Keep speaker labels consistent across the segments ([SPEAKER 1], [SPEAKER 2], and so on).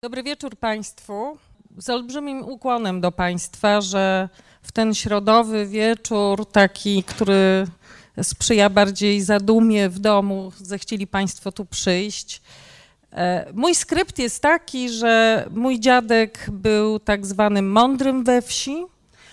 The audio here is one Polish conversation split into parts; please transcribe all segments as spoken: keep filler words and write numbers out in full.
[SPEAKER 1] Dobry wieczór Państwu. Z olbrzymim ukłonem do Państwa, że w ten środowy wieczór, taki, który sprzyja bardziej zadumie w domu, zechcieli Państwo tu przyjść. Mój skrypt jest taki, że mój dziadek był tak zwanym mądrym we wsi.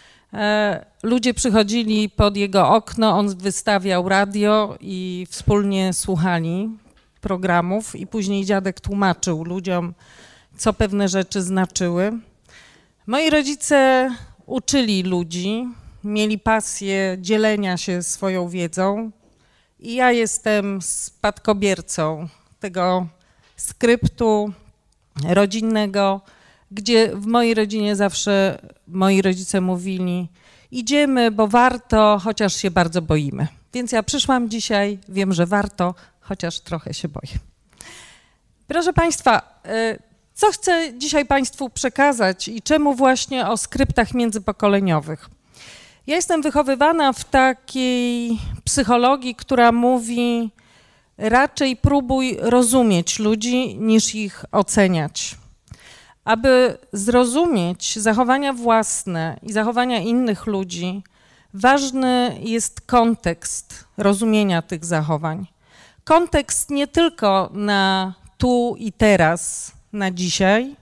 [SPEAKER 1] Ludzie przychodzili pod jego okno, on wystawiał radio i wspólnie słuchali programów i później dziadek tłumaczył ludziom, co pewne rzeczy znaczyły. Moi rodzice uczyli ludzi, mieli pasję dzielenia się swoją wiedzą i ja jestem spadkobiercą tego skryptu rodzinnego, gdzie w mojej rodzinie zawsze moi rodzice mówili: idziemy, bo warto, chociaż się bardzo boimy. Więc ja przyszłam dzisiaj, wiem, że warto, chociaż trochę się boję. Proszę Państwa, co chcę dzisiaj Państwu przekazać i czemu właśnie o skryptach międzypokoleniowych? Ja jestem wychowywana w takiej psychologii, która mówi: raczej próbuj rozumieć ludzi, niż ich oceniać. Aby zrozumieć zachowania własne i zachowania innych ludzi, ważny jest kontekst rozumienia tych zachowań. Kontekst nie tylko na tu i teraz, na dzisiaj,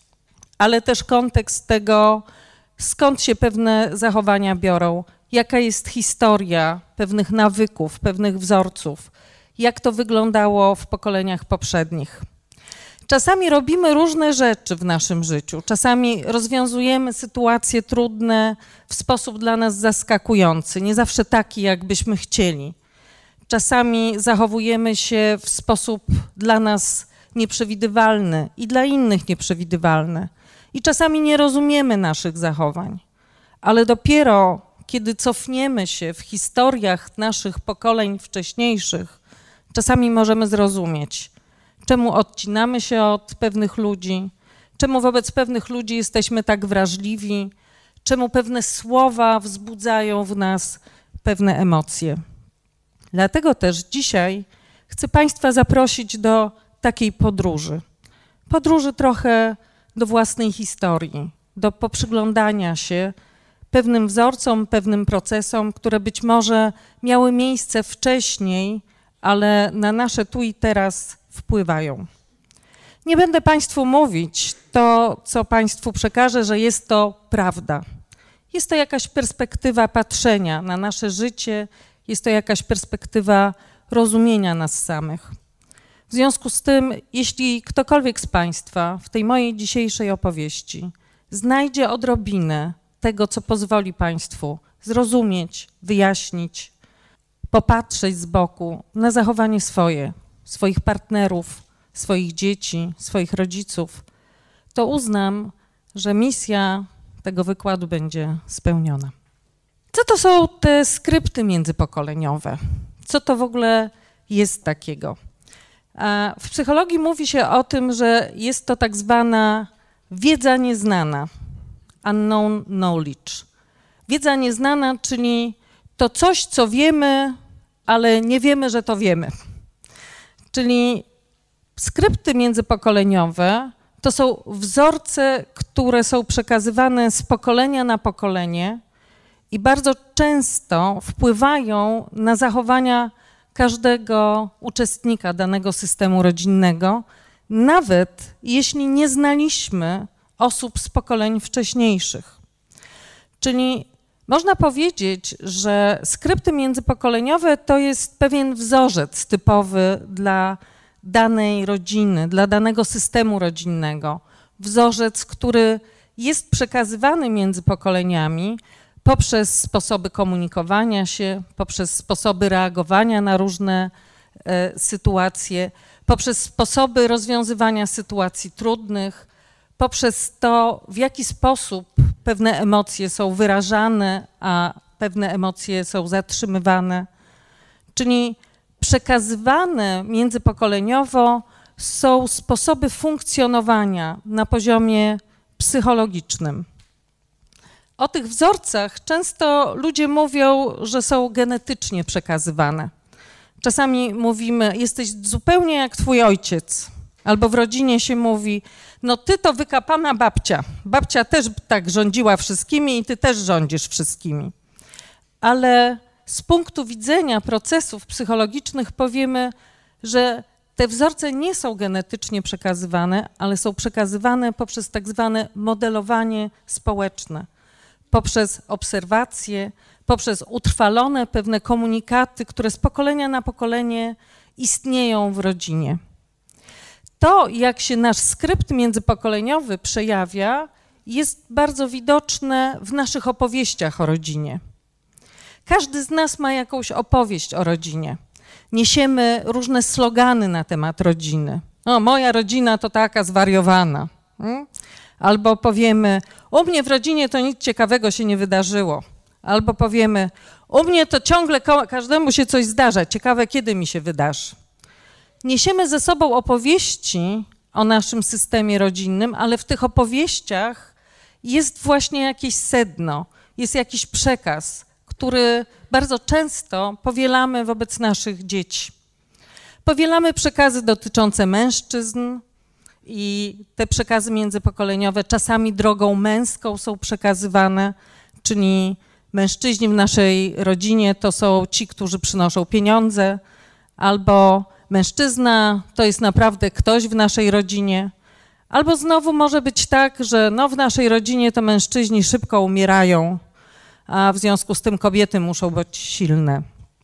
[SPEAKER 1] ale też kontekst tego, skąd się pewne zachowania biorą, jaka jest historia pewnych nawyków, pewnych wzorców, jak to wyglądało w pokoleniach poprzednich. Czasami robimy różne rzeczy w naszym życiu, czasami rozwiązujemy sytuacje trudne w sposób dla nas zaskakujący, nie zawsze taki, jakbyśmy chcieli. Czasami zachowujemy się w sposób dla nas nieprzewidywalny i dla innych nieprzewidywalny. I czasami nie rozumiemy naszych zachowań, ale dopiero kiedy cofniemy się w historiach naszych pokoleń wcześniejszych, czasami możemy zrozumieć, czemu odcinamy się od pewnych ludzi, czemu wobec pewnych ludzi jesteśmy tak wrażliwi, czemu pewne słowa wzbudzają w nas pewne emocje. Dlatego też dzisiaj chcę Państwa zaprosić do takiej podróży. Podróży trochę do własnej historii, do poprzyglądania się pewnym wzorcom, pewnym procesom, które być może miały miejsce wcześniej, ale na nasze tu i teraz wpływają. Nie będę Państwu mówić to, co Państwu przekażę, że jest to prawda. Jest to jakaś perspektywa patrzenia na nasze życie, jest to jakaś perspektywa rozumienia nas samych. W związku z tym, jeśli ktokolwiek z Państwa w tej mojej dzisiejszej opowieści znajdzie odrobinę tego, co pozwoli Państwu zrozumieć, wyjaśnić, popatrzeć z boku na zachowanie swoje, swoich partnerów, swoich dzieci, swoich rodziców, to uznam, że misja tego wykładu będzie spełniona. Co to są te skrypty międzypokoleniowe? Co to w ogóle jest takiego? W psychologii mówi się o tym, że jest to tak zwana wiedza nieznana, unknown knowledge. Wiedza nieznana, czyli to coś, co wiemy, ale nie wiemy, że to wiemy. Czyli skrypty międzypokoleniowe to są wzorce, które są przekazywane z pokolenia na pokolenie i bardzo często wpływają na zachowania każdego uczestnika danego systemu rodzinnego, nawet jeśli nie znaliśmy osób z pokoleń wcześniejszych. Czyli można powiedzieć, że skrypty międzypokoleniowe to jest pewien wzorzec typowy dla danej rodziny, dla danego systemu rodzinnego. Wzorzec, który jest przekazywany między pokoleniami poprzez sposoby komunikowania się, poprzez sposoby reagowania na różne e, sytuacje, poprzez sposoby rozwiązywania sytuacji trudnych, poprzez to, w jaki sposób pewne emocje są wyrażane, a pewne emocje są zatrzymywane. Czyli przekazywane międzypokoleniowo są sposoby funkcjonowania na poziomie psychologicznym. O tych wzorcach często ludzie mówią, że są genetycznie przekazywane. Czasami mówimy: jesteś zupełnie jak twój ojciec. Albo w rodzinie się mówi, no ty to wykapana babcia. Babcia też tak rządziła wszystkimi i ty też rządzisz wszystkimi. Ale z punktu widzenia procesów psychologicznych powiemy, że te wzorce nie są genetycznie przekazywane, ale są przekazywane poprzez tak zwane modelowanie społeczne, poprzez obserwacje, poprzez utrwalone pewne komunikaty, które z pokolenia na pokolenie istnieją w rodzinie. To, jak się nasz skrypt międzypokoleniowy przejawia, jest bardzo widoczne w naszych opowieściach o rodzinie. Każdy z nas ma jakąś opowieść o rodzinie. Niesiemy różne slogany na temat rodziny. O, moja rodzina to taka zwariowana. Hmm? Albo powiemy, u mnie w rodzinie to nic ciekawego się nie wydarzyło. Albo powiemy, u mnie to ciągle każdemu się coś zdarza, ciekawe kiedy mi się wydarzy. Niesiemy ze sobą opowieści o naszym systemie rodzinnym, ale w tych opowieściach jest właśnie jakieś sedno, jest jakiś przekaz, który bardzo często powielamy wobec naszych dzieci. Powielamy przekazy dotyczące mężczyzn i te przekazy międzypokoleniowe czasami drogą męską są przekazywane, czyli mężczyźni w naszej rodzinie to są ci, którzy przynoszą pieniądze, albo mężczyzna to jest naprawdę ktoś w naszej rodzinie, albo znowu może być tak, że no w naszej rodzinie to mężczyźni szybko umierają, a w związku z tym kobiety muszą być silne.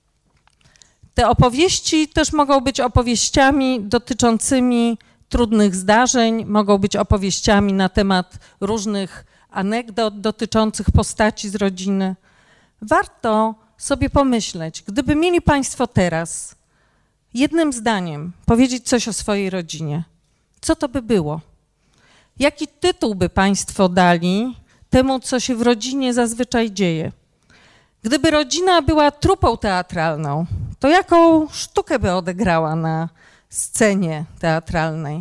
[SPEAKER 1] Te opowieści też mogą być opowieściami dotyczącymi trudnych zdarzeń, mogą być opowieściami na temat różnych anegdot dotyczących postaci z rodziny. Warto sobie pomyśleć, gdyby mieli Państwo teraz jednym zdaniem powiedzieć coś o swojej rodzinie, co to by było? Jaki tytuł by Państwo dali temu, co się w rodzinie zazwyczaj dzieje? Gdyby rodzina była trupą teatralną, to jaką sztukę by odegrała na scenie teatralnej?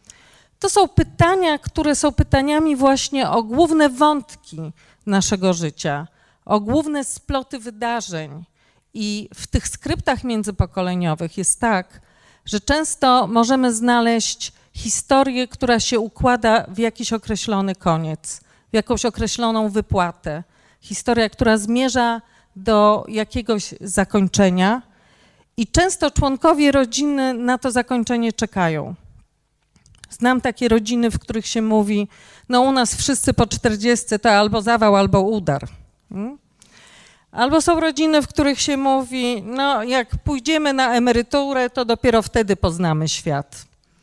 [SPEAKER 1] To są pytania, które są pytaniami właśnie o główne wątki naszego życia, o główne sploty wydarzeń. I w tych skryptach międzypokoleniowych jest tak, że często możemy znaleźć historię, która się układa w jakiś określony koniec, w jakąś określoną wypłatę. Historia, która zmierza do jakiegoś zakończenia i często członkowie rodziny na to zakończenie czekają. Znam takie rodziny, w których się mówi, no u nas wszyscy po czterdziestce to albo zawał, albo udar. Hmm? Albo są rodziny, w których się mówi, no jak pójdziemy na emeryturę, to dopiero wtedy poznamy świat.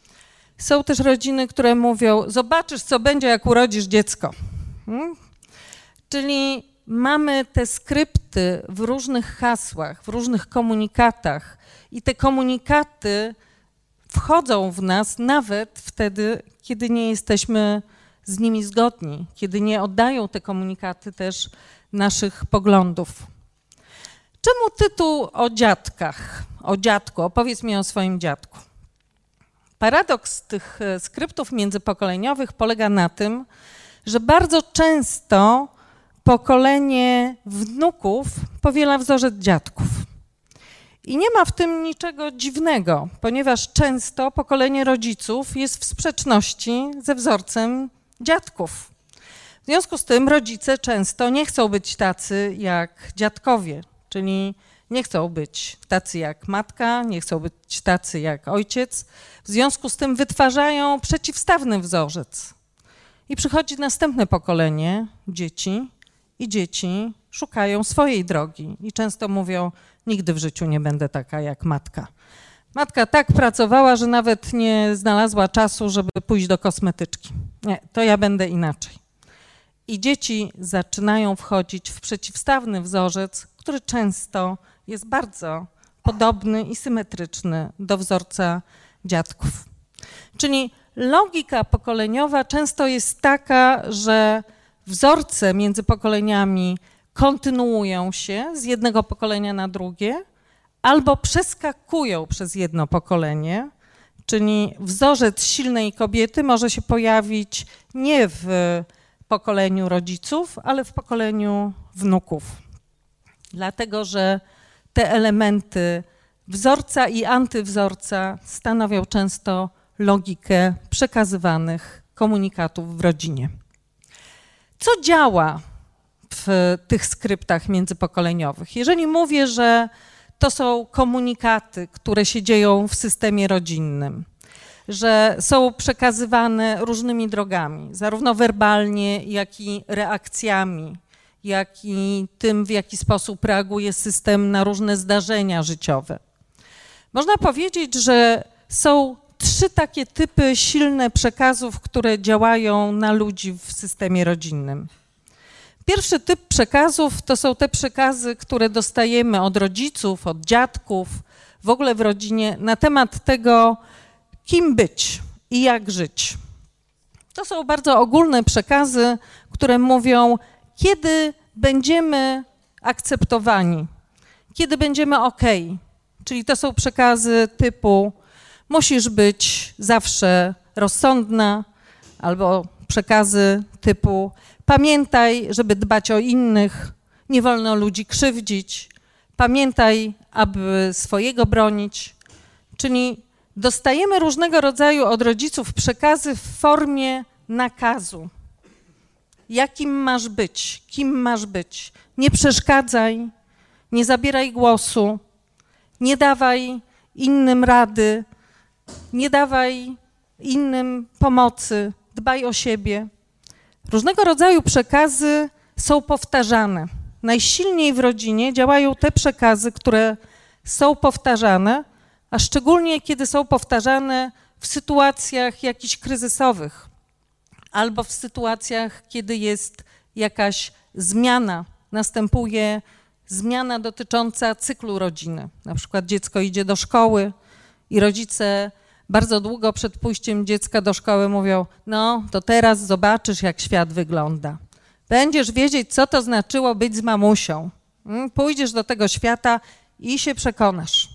[SPEAKER 1] Są też rodziny, które mówią, zobaczysz, co będzie, jak urodzisz dziecko. Hmm? Czyli mamy te skrypty w różnych hasłach, w różnych komunikatach i te komunikaty wchodzą w nas nawet wtedy, kiedy nie jesteśmy z nimi zgodni, kiedy nie oddają te komunikaty też naszych poglądów. Czemu tytuł o dziadkach, o dziadku? Opowiedz mi o swoim dziadku. Paradoks tych skryptów międzypokoleniowych polega na tym, że bardzo często pokolenie wnuków powiela wzorzec dziadków. I nie ma w tym niczego dziwnego, ponieważ często pokolenie rodziców jest w sprzeczności ze wzorcem dziadków. W związku z tym rodzice często nie chcą być tacy jak dziadkowie, czyli nie chcą być tacy jak matka, nie chcą być tacy jak ojciec. W związku z tym wytwarzają przeciwstawny wzorzec. I przychodzi następne pokolenie dzieci i dzieci szukają swojej drogi i często mówią, nigdy w życiu nie będę taka jak matka. Matka tak pracowała, że nawet nie znalazła czasu, żeby pójść do kosmetyczki. Nie, to ja będę inaczej. I dzieci zaczynają wchodzić w przeciwstawny wzorzec, który często jest bardzo podobny i symetryczny do wzorca dziadków. Czyli logika pokoleniowa często jest taka, że wzorce między pokoleniami kontynuują się z jednego pokolenia na drugie albo przeskakują przez jedno pokolenie, czyli wzorzec silnej kobiety może się pojawić nie w pokoleniu rodziców, ale w pokoleniu wnuków. Dlatego, że te elementy wzorca i antywzorca stanowią często logikę przekazywanych komunikatów w rodzinie. Co działa w tych skryptach międzypokoleniowych? Jeżeli mówię, że to są komunikaty, które się dzieją w systemie rodzinnym, że są przekazywane różnymi drogami, zarówno werbalnie, jak i reakcjami, jak i tym, w jaki sposób reaguje system na różne zdarzenia życiowe. Można powiedzieć, że są trzy takie typy silne przekazów, które działają na ludzi w systemie rodzinnym. Pierwszy typ przekazów to są te przekazy, które dostajemy od rodziców, od dziadków, w ogóle w rodzinie na temat tego, kim być i jak żyć. To są bardzo ogólne przekazy, które mówią, kiedy będziemy akceptowani, kiedy będziemy okej. Czyli to są przekazy typu musisz być zawsze rozsądna, albo przekazy typu pamiętaj, żeby dbać o innych, nie wolno ludzi krzywdzić, pamiętaj, aby swojego bronić. Czyli dostajemy różnego rodzaju od rodziców przekazy w formie nakazu. Jakim masz być, kim masz być. Nie przeszkadzaj, nie zabieraj głosu, nie dawaj innym rady, nie dawaj innym pomocy, dbaj o siebie. Różnego rodzaju przekazy są powtarzane. Najsilniej w rodzinie działają te przekazy, które są powtarzane, a szczególnie kiedy są powtarzane w sytuacjach jakichś kryzysowych albo w sytuacjach, kiedy jest jakaś zmiana, następuje zmiana dotycząca cyklu rodziny. Na przykład dziecko idzie do szkoły i rodzice bardzo długo przed pójściem dziecka do szkoły mówią, no to teraz zobaczysz, jak świat wygląda. Będziesz wiedzieć, co to znaczyło być z mamusią. Pójdziesz do tego świata i się przekonasz.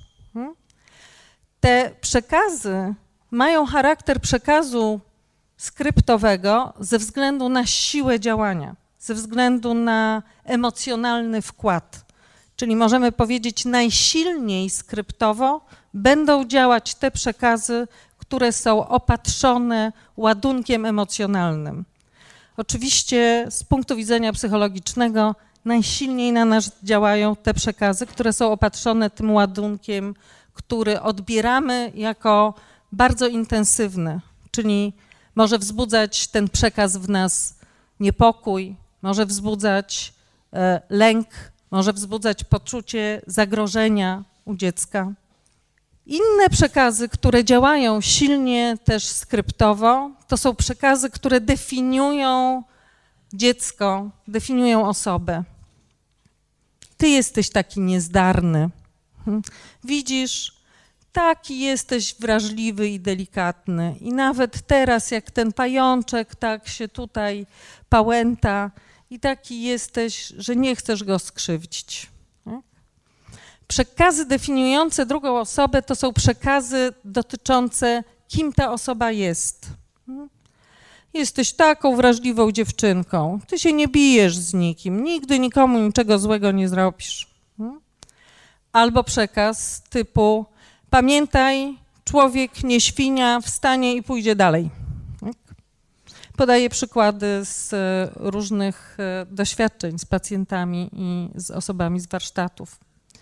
[SPEAKER 1] Te przekazy mają charakter przekazu skryptowego ze względu na siłę działania, ze względu na emocjonalny wkład. Czyli możemy powiedzieć, najsilniej skryptowo będą działać te przekazy, które są opatrzone ładunkiem emocjonalnym. Oczywiście z punktu widzenia psychologicznego najsilniej na nas działają te przekazy, które są opatrzone tym ładunkiem, który odbieramy jako bardzo intensywny, czyli może wzbudzać ten przekaz w nas niepokój, może wzbudzać e, lęk, może wzbudzać poczucie zagrożenia u dziecka. Inne przekazy, które działają silnie też skryptowo, to są przekazy, które definiują dziecko, definiują osobę. Ty jesteś taki niezdarny. Widzisz, taki jesteś wrażliwy i delikatny. I nawet teraz, jak ten pajączek tak się tutaj pałęta i taki jesteś, że nie chcesz go skrzywdzić. Przekazy definiujące drugą osobę to są przekazy dotyczące, kim ta osoba jest. Jesteś taką wrażliwą dziewczynką, ty się nie bijesz z nikim, nigdy nikomu niczego złego nie zrobisz. Albo przekaz typu pamiętaj, człowiek nie świnia, wstanie i pójdzie dalej. Podaję przykłady z różnych doświadczeń z pacjentami i z osobami z warsztatów.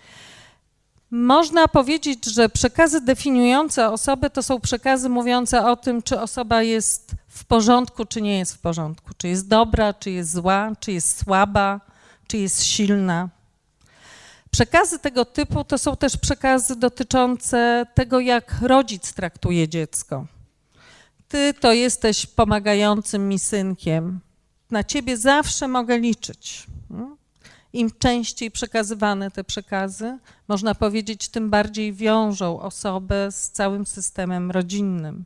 [SPEAKER 1] Można powiedzieć, że przekazy definiujące osobę to są przekazy mówiące o tym, czy osoba jest w porządku, czy nie jest w porządku, czy jest dobra, czy jest zła, czy jest słaba, czy jest silna. Przekazy tego typu to są też przekazy dotyczące tego, jak rodzic traktuje dziecko. Ty to jesteś pomagającym mi synkiem, na ciebie zawsze mogę liczyć. Im częściej przekazywane te przekazy, można powiedzieć, tym bardziej wiążą osobę z całym systemem rodzinnym.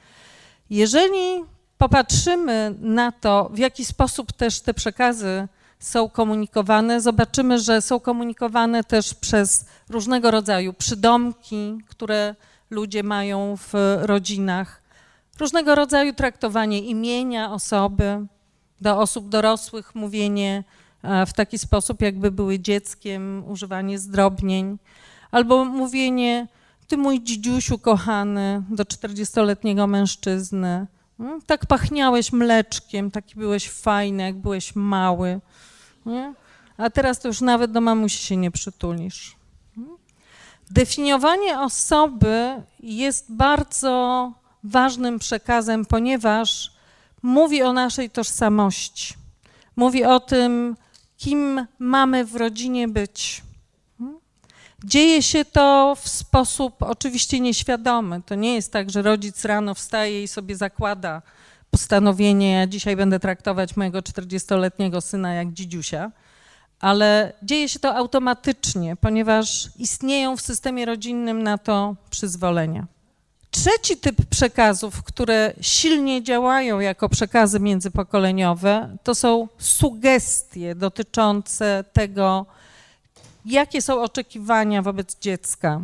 [SPEAKER 1] Jeżeli popatrzymy na to, w jaki sposób też te przekazy są komunikowane, zobaczymy, że są komunikowane też przez różnego rodzaju przydomki, które ludzie mają w rodzinach, różnego rodzaju traktowanie imienia osoby, do osób dorosłych mówienie w taki sposób, jakby były dzieckiem, używanie zdrobnień, albo mówienie ty mój dzidziusiu kochany, do czterdziestoletniego mężczyzny, no, tak pachniałeś mleczkiem, taki byłeś fajny, jak byłeś mały, nie? A teraz to już nawet do mamusi się nie przytulisz. Definiowanie osoby jest bardzo ważnym przekazem, ponieważ mówi o naszej tożsamości, mówi o tym, kim mamy w rodzinie być. Dzieje się to w sposób oczywiście nieświadomy. To nie jest tak, że rodzic rano wstaje i sobie zakłada postanowienie, ja dzisiaj będę traktować mojego czterdziestoletniego syna jak dzidziusia, ale dzieje się to automatycznie, ponieważ istnieją w systemie rodzinnym na to przyzwolenia. Trzeci typ przekazów, które silnie działają jako przekazy międzypokoleniowe, to są sugestie dotyczące tego, jakie są oczekiwania wobec dziecka,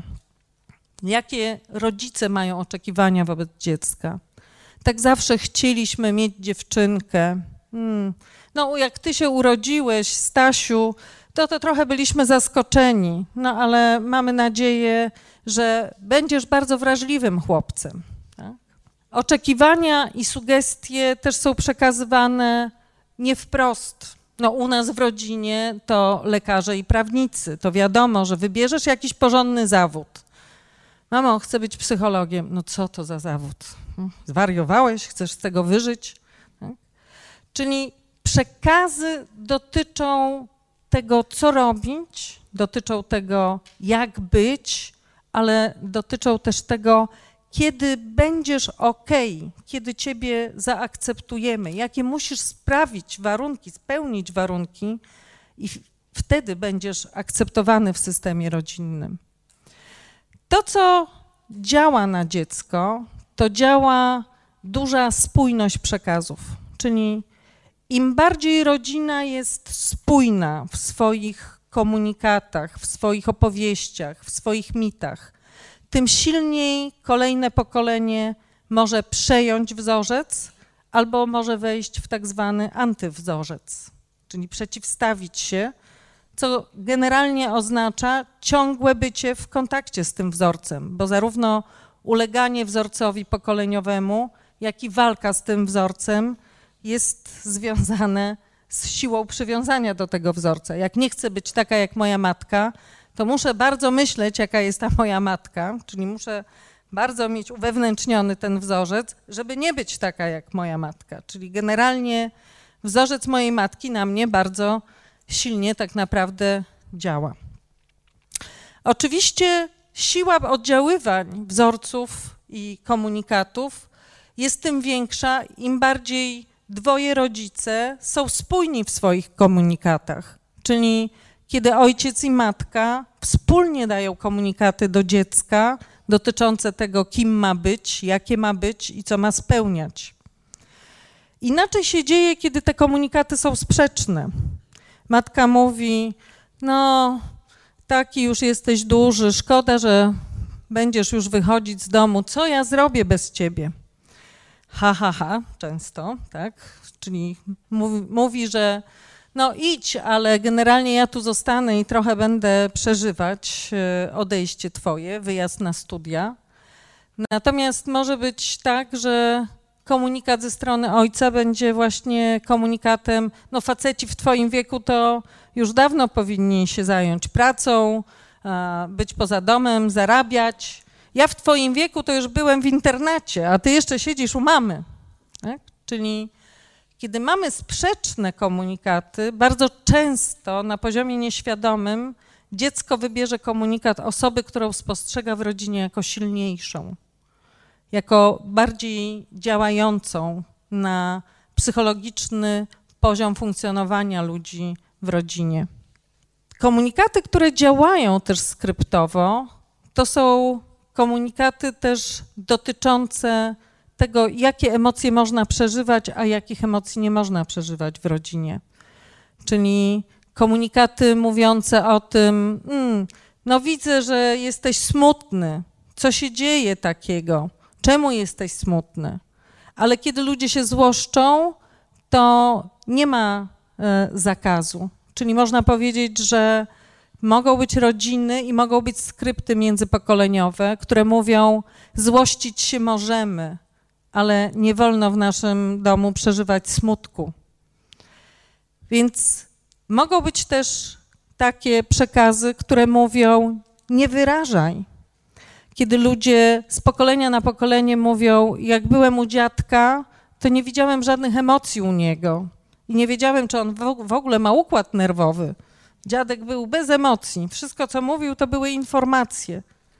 [SPEAKER 1] jakie rodzice mają oczekiwania wobec dziecka. Tak zawsze chcieliśmy mieć dziewczynkę. Hmm. No, jak ty się urodziłeś, Stasiu, to, to trochę byliśmy zaskoczeni, no ale mamy nadzieję, że będziesz bardzo wrażliwym chłopcem. Tak? Oczekiwania i sugestie też są przekazywane nie wprost. No, u nas w rodzinie to lekarze i prawnicy. To wiadomo, że wybierzesz jakiś porządny zawód. Mamo, chcę być psychologiem. No co to za zawód? Zwariowałeś? Chcesz z tego wyżyć? Tak? Czyli przekazy dotyczą tego, co robić, dotyczą tego, jak być, ale dotyczą też tego, kiedy będziesz okej, kiedy ciebie zaakceptujemy, jakie musisz sprawić warunki, spełnić warunki i wtedy będziesz akceptowany w systemie rodzinnym. To, co działa na dziecko, to działa duża spójność przekazów, czyli im bardziej rodzina jest spójna w swoich komunikatach, w swoich opowieściach, w swoich mitach, tym silniej kolejne pokolenie może przejąć wzorzec albo może wejść w tak zwany antywzorzec, czyli przeciwstawić się, co generalnie oznacza ciągłe bycie w kontakcie z tym wzorcem, bo zarówno uleganie wzorcowi pokoleniowemu, jak i walka z tym wzorcem jest związane z siłą przywiązania do tego wzorca. Jak nie chcę być taka jak moja matka, to muszę bardzo myśleć, jaka jest ta moja matka, czyli muszę bardzo mieć uwewnętrzniony ten wzorzec, żeby nie być taka jak moja matka. Czyli generalnie wzorzec mojej matki na mnie bardzo silnie tak naprawdę działa. Oczywiście siła oddziaływań wzorców i komunikatów jest tym większa, im bardziej dwoje rodzice są spójni w swoich komunikatach, czyli kiedy ojciec i matka wspólnie dają komunikaty do dziecka dotyczące tego, kim ma być, jakie ma być i co ma spełniać. Inaczej się dzieje, kiedy te komunikaty są sprzeczne. Matka mówi, no taki już jesteś duży, szkoda, że będziesz już wychodzić z domu, co ja zrobię bez ciebie? Ha, ha, ha, często, tak? Czyli mówi, mówi, że no idź, ale generalnie ja tu zostanę i trochę będę przeżywać odejście twoje, wyjazd na studia. Natomiast może być tak, że komunikat ze strony ojca będzie właśnie komunikatem, no faceci w twoim wieku to już dawno powinni się zająć pracą, być poza domem, zarabiać. Ja w twoim wieku to już byłem w internacie, a ty jeszcze siedzisz u mamy. Tak? Czyli kiedy mamy sprzeczne komunikaty, bardzo często na poziomie nieświadomym dziecko wybierze komunikat osoby, którą spostrzega w rodzinie jako silniejszą, jako bardziej działającą na psychologiczny poziom funkcjonowania ludzi w rodzinie. Komunikaty, które działają też skryptowo, to są komunikaty też dotyczące tego, jakie emocje można przeżywać, a jakich emocji nie można przeżywać w rodzinie. Czyli komunikaty mówiące o tym, mm, no widzę, że jesteś smutny, co się dzieje takiego, czemu jesteś smutny? Ale kiedy ludzie się złoszczą, to nie ma e, zakazu. Czyli można powiedzieć, że Mogą być rodziny i mogą być skrypty międzypokoleniowe, które mówią, złościć się możemy, ale nie wolno w naszym domu przeżywać smutku. Więc mogą być też takie przekazy, które mówią, nie wyrażaj. Kiedy ludzie z pokolenia na pokolenie mówią, jak byłem u dziadka, to nie widziałem żadnych emocji u niego i nie wiedziałem, czy on w ogóle ma układ nerwowy. Dziadek był bez emocji. Wszystko, co mówił, to były informacje.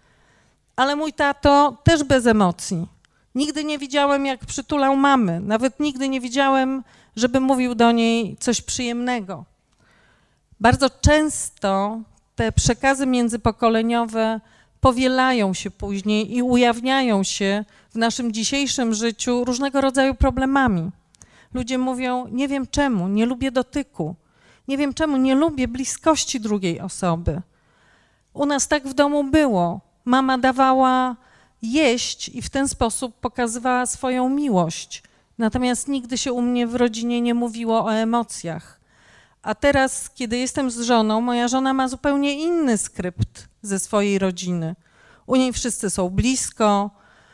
[SPEAKER 1] Ale mój tato też bez emocji. Nigdy nie widziałem, jak przytulał mamy. Nawet nigdy nie widziałem, żeby mówił do niej coś przyjemnego. Bardzo często te przekazy międzypokoleniowe powielają się później i ujawniają się w naszym dzisiejszym życiu różnego rodzaju problemami. Ludzie mówią, nie wiem czemu, nie lubię dotyku. Nie wiem czemu, nie lubię bliskości drugiej osoby. U nas tak w domu było. Mama dawała jeść i w ten sposób pokazywała swoją miłość. Natomiast nigdy się u mnie w rodzinie nie mówiło o emocjach. A teraz, kiedy jestem z żoną, moja żona ma zupełnie inny skrypt ze swojej rodziny. U niej wszyscy są blisko,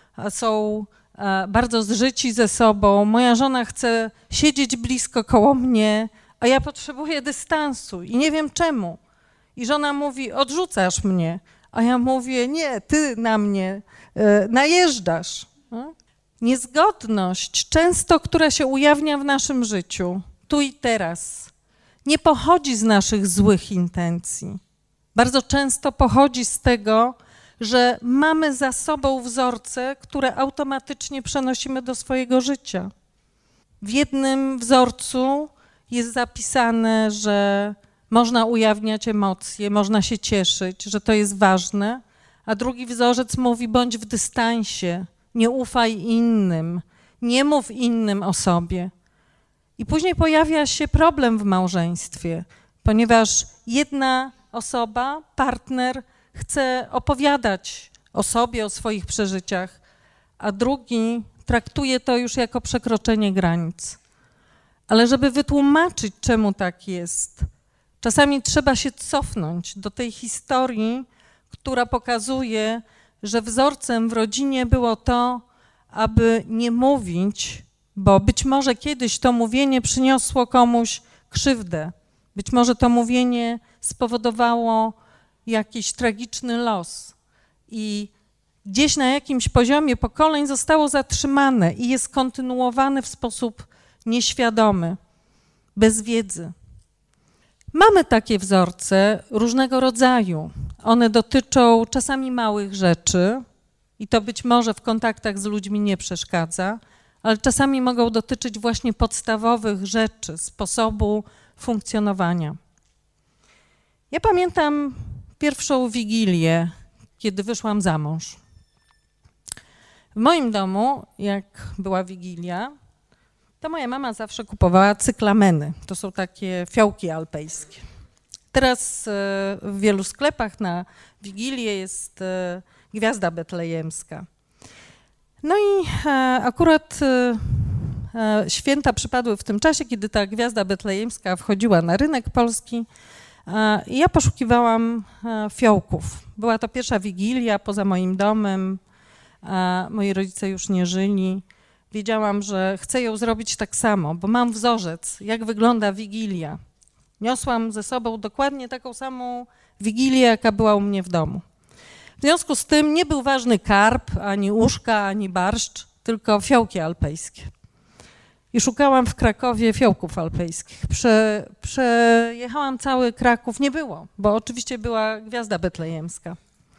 [SPEAKER 1] są bardzo zżyci ze sobą. Moja żona chce siedzieć blisko koło mnie, a ja potrzebuję dystansu i nie wiem czemu. I żona mówi, odrzucasz mnie, a ja mówię, nie, ty na mnie e, najeżdżasz. No? Niezgodność, często która się ujawnia w naszym życiu, tu i teraz, nie pochodzi z naszych złych intencji. Bardzo często pochodzi z tego, że mamy za sobą wzorce, które automatycznie przenosimy do swojego życia. W jednym wzorcu jest zapisane, że można ujawniać emocje, można się cieszyć, że to jest ważne, a drugi wzorzec mówi, bądź w dystansie, nie ufaj innym, nie mów innym o sobie. I później pojawia się problem w małżeństwie, ponieważ jedna osoba, partner, chce opowiadać o sobie, o swoich przeżyciach, a drugi traktuje to już jako przekroczenie granic. Ale żeby wytłumaczyć, czemu tak jest, czasami trzeba się cofnąć do tej historii, która pokazuje, że wzorcem w rodzinie było to, aby nie mówić, bo być może kiedyś to mówienie przyniosło komuś krzywdę. Być może to mówienie spowodowało jakiś tragiczny los i gdzieś na jakimś poziomie pokoleń zostało zatrzymane i jest kontynuowane w sposób nieświadomy, bez wiedzy. Mamy takie wzorce różnego rodzaju. One dotyczą czasami małych rzeczy i to być może w kontaktach z ludźmi nie przeszkadza, ale czasami mogą dotyczyć właśnie podstawowych rzeczy, sposobu funkcjonowania. Ja pamiętam pierwszą Wigilię, kiedy wyszłam za mąż. W moim domu, jak była Wigilia, to moja mama zawsze kupowała cyklameny. To są takie fiołki alpejskie. Teraz w wielu sklepach na Wigilię jest gwiazda betlejemska. No i akurat święta przypadły w tym czasie, kiedy ta gwiazda betlejemska wchodziła na rynek polski i ja poszukiwałam fiołków. Była to pierwsza Wigilia poza moim domem, moi rodzice już nie żyli. Wiedziałam, że chcę ją zrobić tak samo, bo mam wzorzec, jak wygląda Wigilia. Niosłam ze sobą dokładnie taką samą Wigilię, jaka była u mnie w domu. W związku z tym nie był ważny karp, ani uszka, ani barszcz, tylko fiołki alpejskie. I szukałam w Krakowie fiołków alpejskich. Prze, przejechałam cały Kraków, nie było, bo oczywiście była gwiazda betlejemska.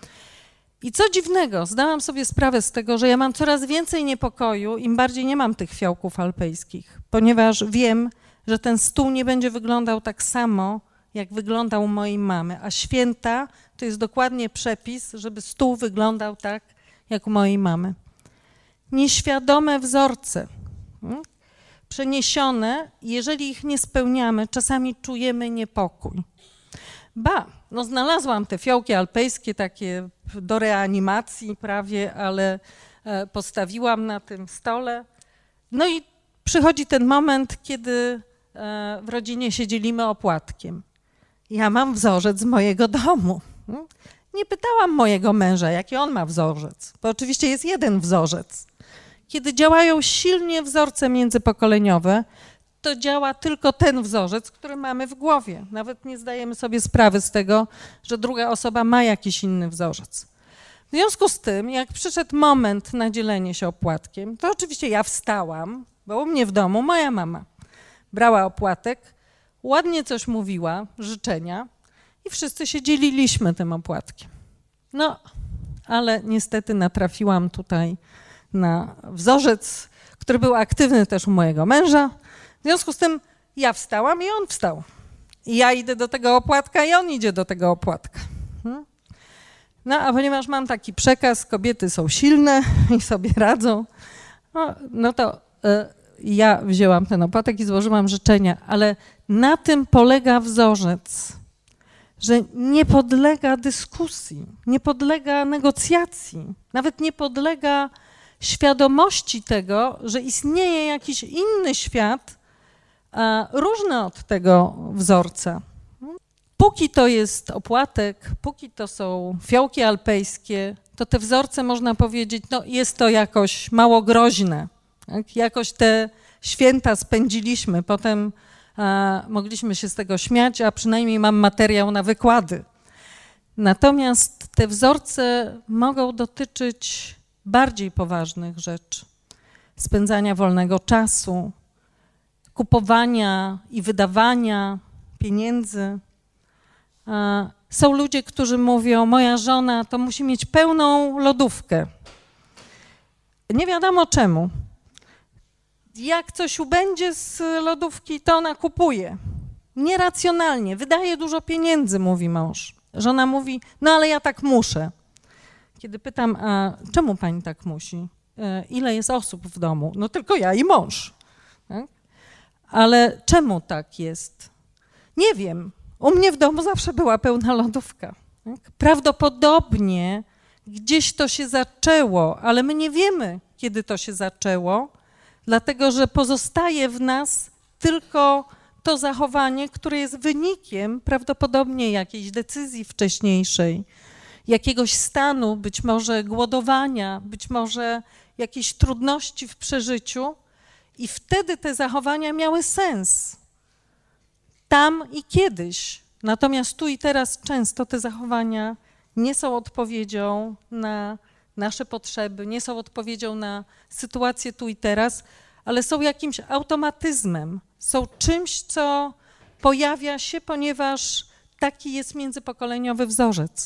[SPEAKER 1] I co dziwnego, zdałam sobie sprawę z tego, że ja mam coraz więcej niepokoju, im bardziej nie mam tych fiołków alpejskich, ponieważ wiem, że ten stół nie będzie wyglądał tak samo, jak wyglądał u mojej mamy, a święta to jest dokładnie przepis, żeby stół wyglądał tak, jak u mojej mamy. Nieświadome wzorce, hmm? przeniesione, jeżeli ich nie spełniamy, czasami czujemy niepokój. Ba, no znalazłam te fiołki alpejskie takie do reanimacji prawie, ale postawiłam na tym stole. No i przychodzi ten moment, kiedy w rodzinie się dzielimy opłatkiem. Ja mam wzorzec z mojego domu. Nie pytałam mojego męża, jaki on ma wzorzec, bo oczywiście jest jeden wzorzec. Kiedy działają silnie wzorce międzypokoleniowe, to działa tylko ten wzorzec, który mamy w głowie. Nawet nie zdajemy sobie sprawy z tego, że druga osoba ma jakiś inny wzorzec. W związku z tym, jak przyszedł moment na dzielenie się opłatkiem, to oczywiście ja wstałam, bo u mnie w domu moja mama brała opłatek, ładnie coś mówiła, życzenia i wszyscy się dzieliliśmy tym opłatkiem. No, ale niestety natrafiłam tutaj na wzorzec, który był aktywny też u mojego męża. W związku z tym ja wstałam i on wstał. I ja idę do tego opłatka i on idzie do tego opłatka. No, a ponieważ mam taki przekaz, kobiety są silne i sobie radzą, no, no to y, ja wzięłam ten opłatek i złożyłam życzenia, ale na tym polega wzorzec, że nie podlega dyskusji, nie podlega negocjacji, nawet nie podlega świadomości tego, że istnieje jakiś inny świat, a różny od tego wzorca. Póki to jest opłatek, póki to są fiołki alpejskie, to te wzorce, można powiedzieć, no jest to jakoś mało groźne. Tak? Jakoś te święta spędziliśmy, potem a, mogliśmy się z tego śmiać, a przynajmniej mam materiał na wykłady. Natomiast te wzorce mogą dotyczyć bardziej poważnych rzeczy. Spędzania wolnego czasu, kupowania i wydawania pieniędzy. Są ludzie, którzy mówią, moja żona to musi mieć pełną lodówkę. Nie wiadomo czemu. Jak coś ubędzie z lodówki, to ona kupuje. Nieracjonalnie, wydaje dużo pieniędzy, mówi mąż. Żona mówi, no ale ja tak muszę. Kiedy pytam, a czemu pani tak musi? Ile jest osób w domu? No tylko ja i mąż. Tak? Ale czemu tak jest? Nie wiem. U mnie w domu zawsze była pełna lodówka. Tak? Prawdopodobnie gdzieś to się zaczęło, ale my nie wiemy, kiedy to się zaczęło, dlatego że pozostaje w nas tylko to zachowanie, które jest wynikiem prawdopodobnie jakiejś decyzji wcześniejszej, jakiegoś stanu, być może głodowania, być może jakiejś trudności w przeżyciu i wtedy te zachowania miały sens. Tam i kiedyś. Natomiast tu i teraz często te zachowania nie są odpowiedzią na nasze potrzeby, nie są odpowiedzią na sytuację tu i teraz, ale są jakimś automatyzmem, są czymś, co pojawia się, ponieważ taki jest międzypokoleniowy wzorzec.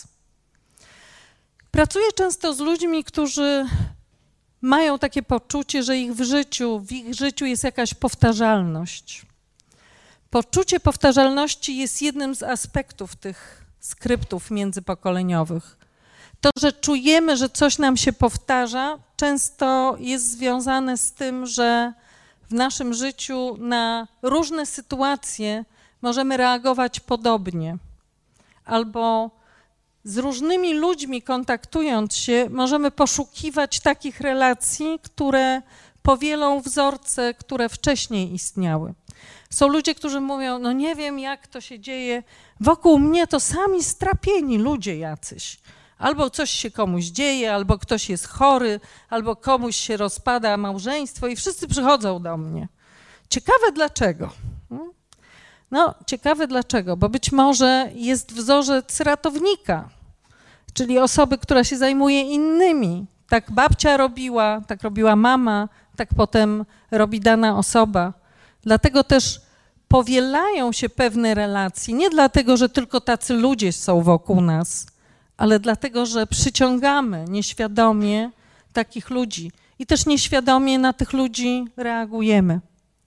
[SPEAKER 1] Pracuję często z ludźmi, którzy mają takie poczucie, że ich w życiu, w ich życiu jest jakaś powtarzalność. Poczucie powtarzalności jest jednym z aspektów tych skryptów międzypokoleniowych. To, że czujemy, że coś nam się powtarza, często jest związane z tym, że w naszym życiu na różne sytuacje możemy reagować podobnie. Albo z różnymi ludźmi kontaktując się, możemy poszukiwać takich relacji, które powielą wzorce, które wcześniej istniały. Są ludzie, którzy mówią, no nie wiem, jak to się dzieje, wokół mnie to sami strapieni ludzie jacyś. Albo coś się komuś dzieje, albo ktoś jest chory, albo komuś się rozpada małżeństwo i wszyscy przychodzą do mnie. Ciekawe dlaczego. No, ciekawe dlaczego, bo być może jest wzorzec ratownika, czyli osoby, która się zajmuje innymi. Tak babcia robiła, tak robiła mama, tak potem robi dana osoba. Dlatego też powielają się pewne relacje, nie dlatego, że tylko tacy ludzie są wokół nas, ale dlatego, że przyciągamy nieświadomie takich ludzi i też nieświadomie na tych ludzi reagujemy.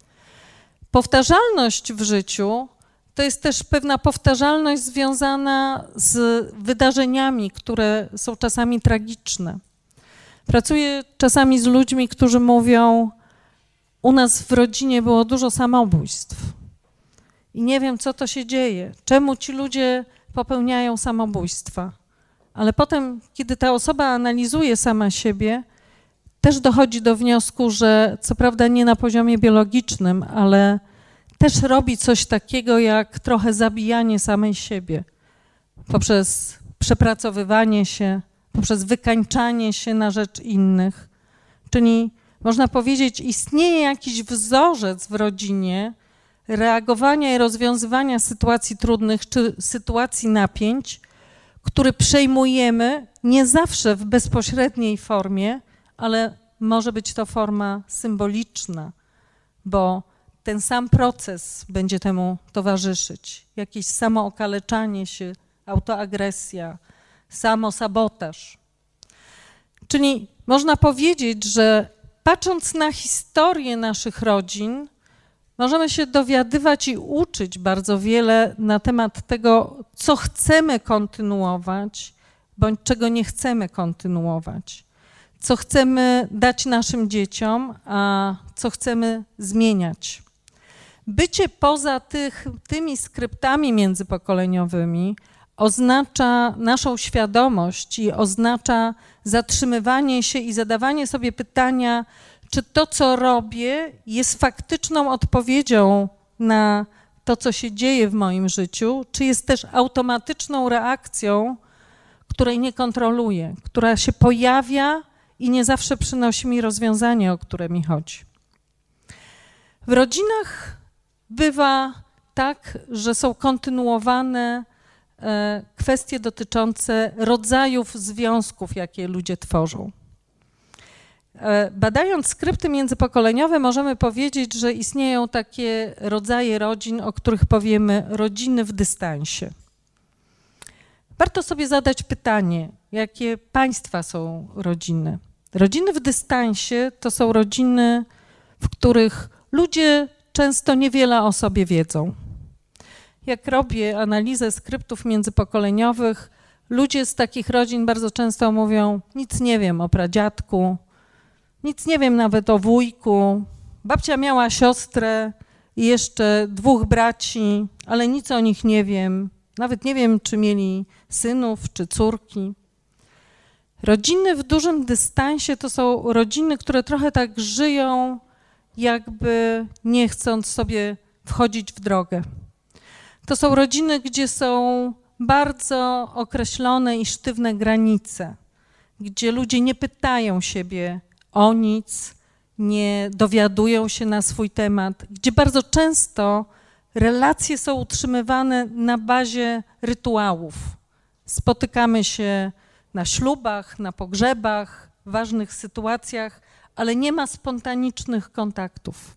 [SPEAKER 1] Powtarzalność w życiu to jest też pewna powtarzalność związana z wydarzeniami, które są czasami tragiczne. Pracuję czasami z ludźmi, którzy mówią, u nas w rodzinie było dużo samobójstw i nie wiem, co to się dzieje, czemu ci ludzie popełniają samobójstwa. Ale potem, kiedy ta osoba analizuje sama siebie, też dochodzi do wniosku, że co prawda nie na poziomie biologicznym, ale też robi coś takiego jak trochę zabijanie samej siebie poprzez przepracowywanie się, poprzez wykańczanie się na rzecz innych. Czyli można powiedzieć, istnieje jakiś wzorzec w rodzinie reagowania i rozwiązywania sytuacji trudnych czy sytuacji napięć, który przejmujemy nie zawsze w bezpośredniej formie, ale może być to forma symboliczna, bo ten sam proces będzie temu towarzyszyć. Jakieś samookaleczanie się, autoagresja, samosabotaż. Czyli można powiedzieć, że patrząc na historię naszych rodzin, możemy się dowiadywać i uczyć bardzo wiele na temat tego, co chcemy kontynuować, bądź czego nie chcemy kontynuować. Co chcemy dać naszym dzieciom, a co chcemy zmieniać. Bycie poza tych, tymi skryptami międzypokoleniowymi oznacza naszą świadomość i oznacza zatrzymywanie się i zadawanie sobie pytania, czy to, co robię, jest faktyczną odpowiedzią na to, co się dzieje w moim życiu, czy jest też automatyczną reakcją, której nie kontroluję, która się pojawia i nie zawsze przynosi mi rozwiązanie, o które mi chodzi. W rodzinach bywa tak, że są kontynuowane kwestie dotyczące rodzajów związków, jakie ludzie tworzą. Badając skrypty międzypokoleniowe, możemy powiedzieć, że istnieją takie rodzaje rodzin, o których powiemy rodziny w dystansie. Warto sobie zadać pytanie, jakie państwa są rodziny. Rodziny w dystansie to są rodziny, w których ludzie często niewiele o sobie wiedzą. Jak robię analizę skryptów międzypokoleniowych, ludzie z takich rodzin bardzo często mówią: nic nie wiem o pradziadku, nic nie wiem nawet o wujku, babcia miała siostrę i jeszcze dwóch braci, ale nic o nich nie wiem, nawet nie wiem, czy mieli synów, czy córki. Rodziny w dużym dystansie to są rodziny, które trochę tak żyją, jakby nie chcąc sobie wchodzić w drogę. To są rodziny, gdzie są bardzo określone i sztywne granice, gdzie ludzie nie pytają siebie o nic, nie dowiadują się na swój temat, gdzie bardzo często relacje są utrzymywane na bazie rytuałów. Spotykamy się na ślubach, na pogrzebach, w ważnych sytuacjach, ale nie ma spontanicznych kontaktów.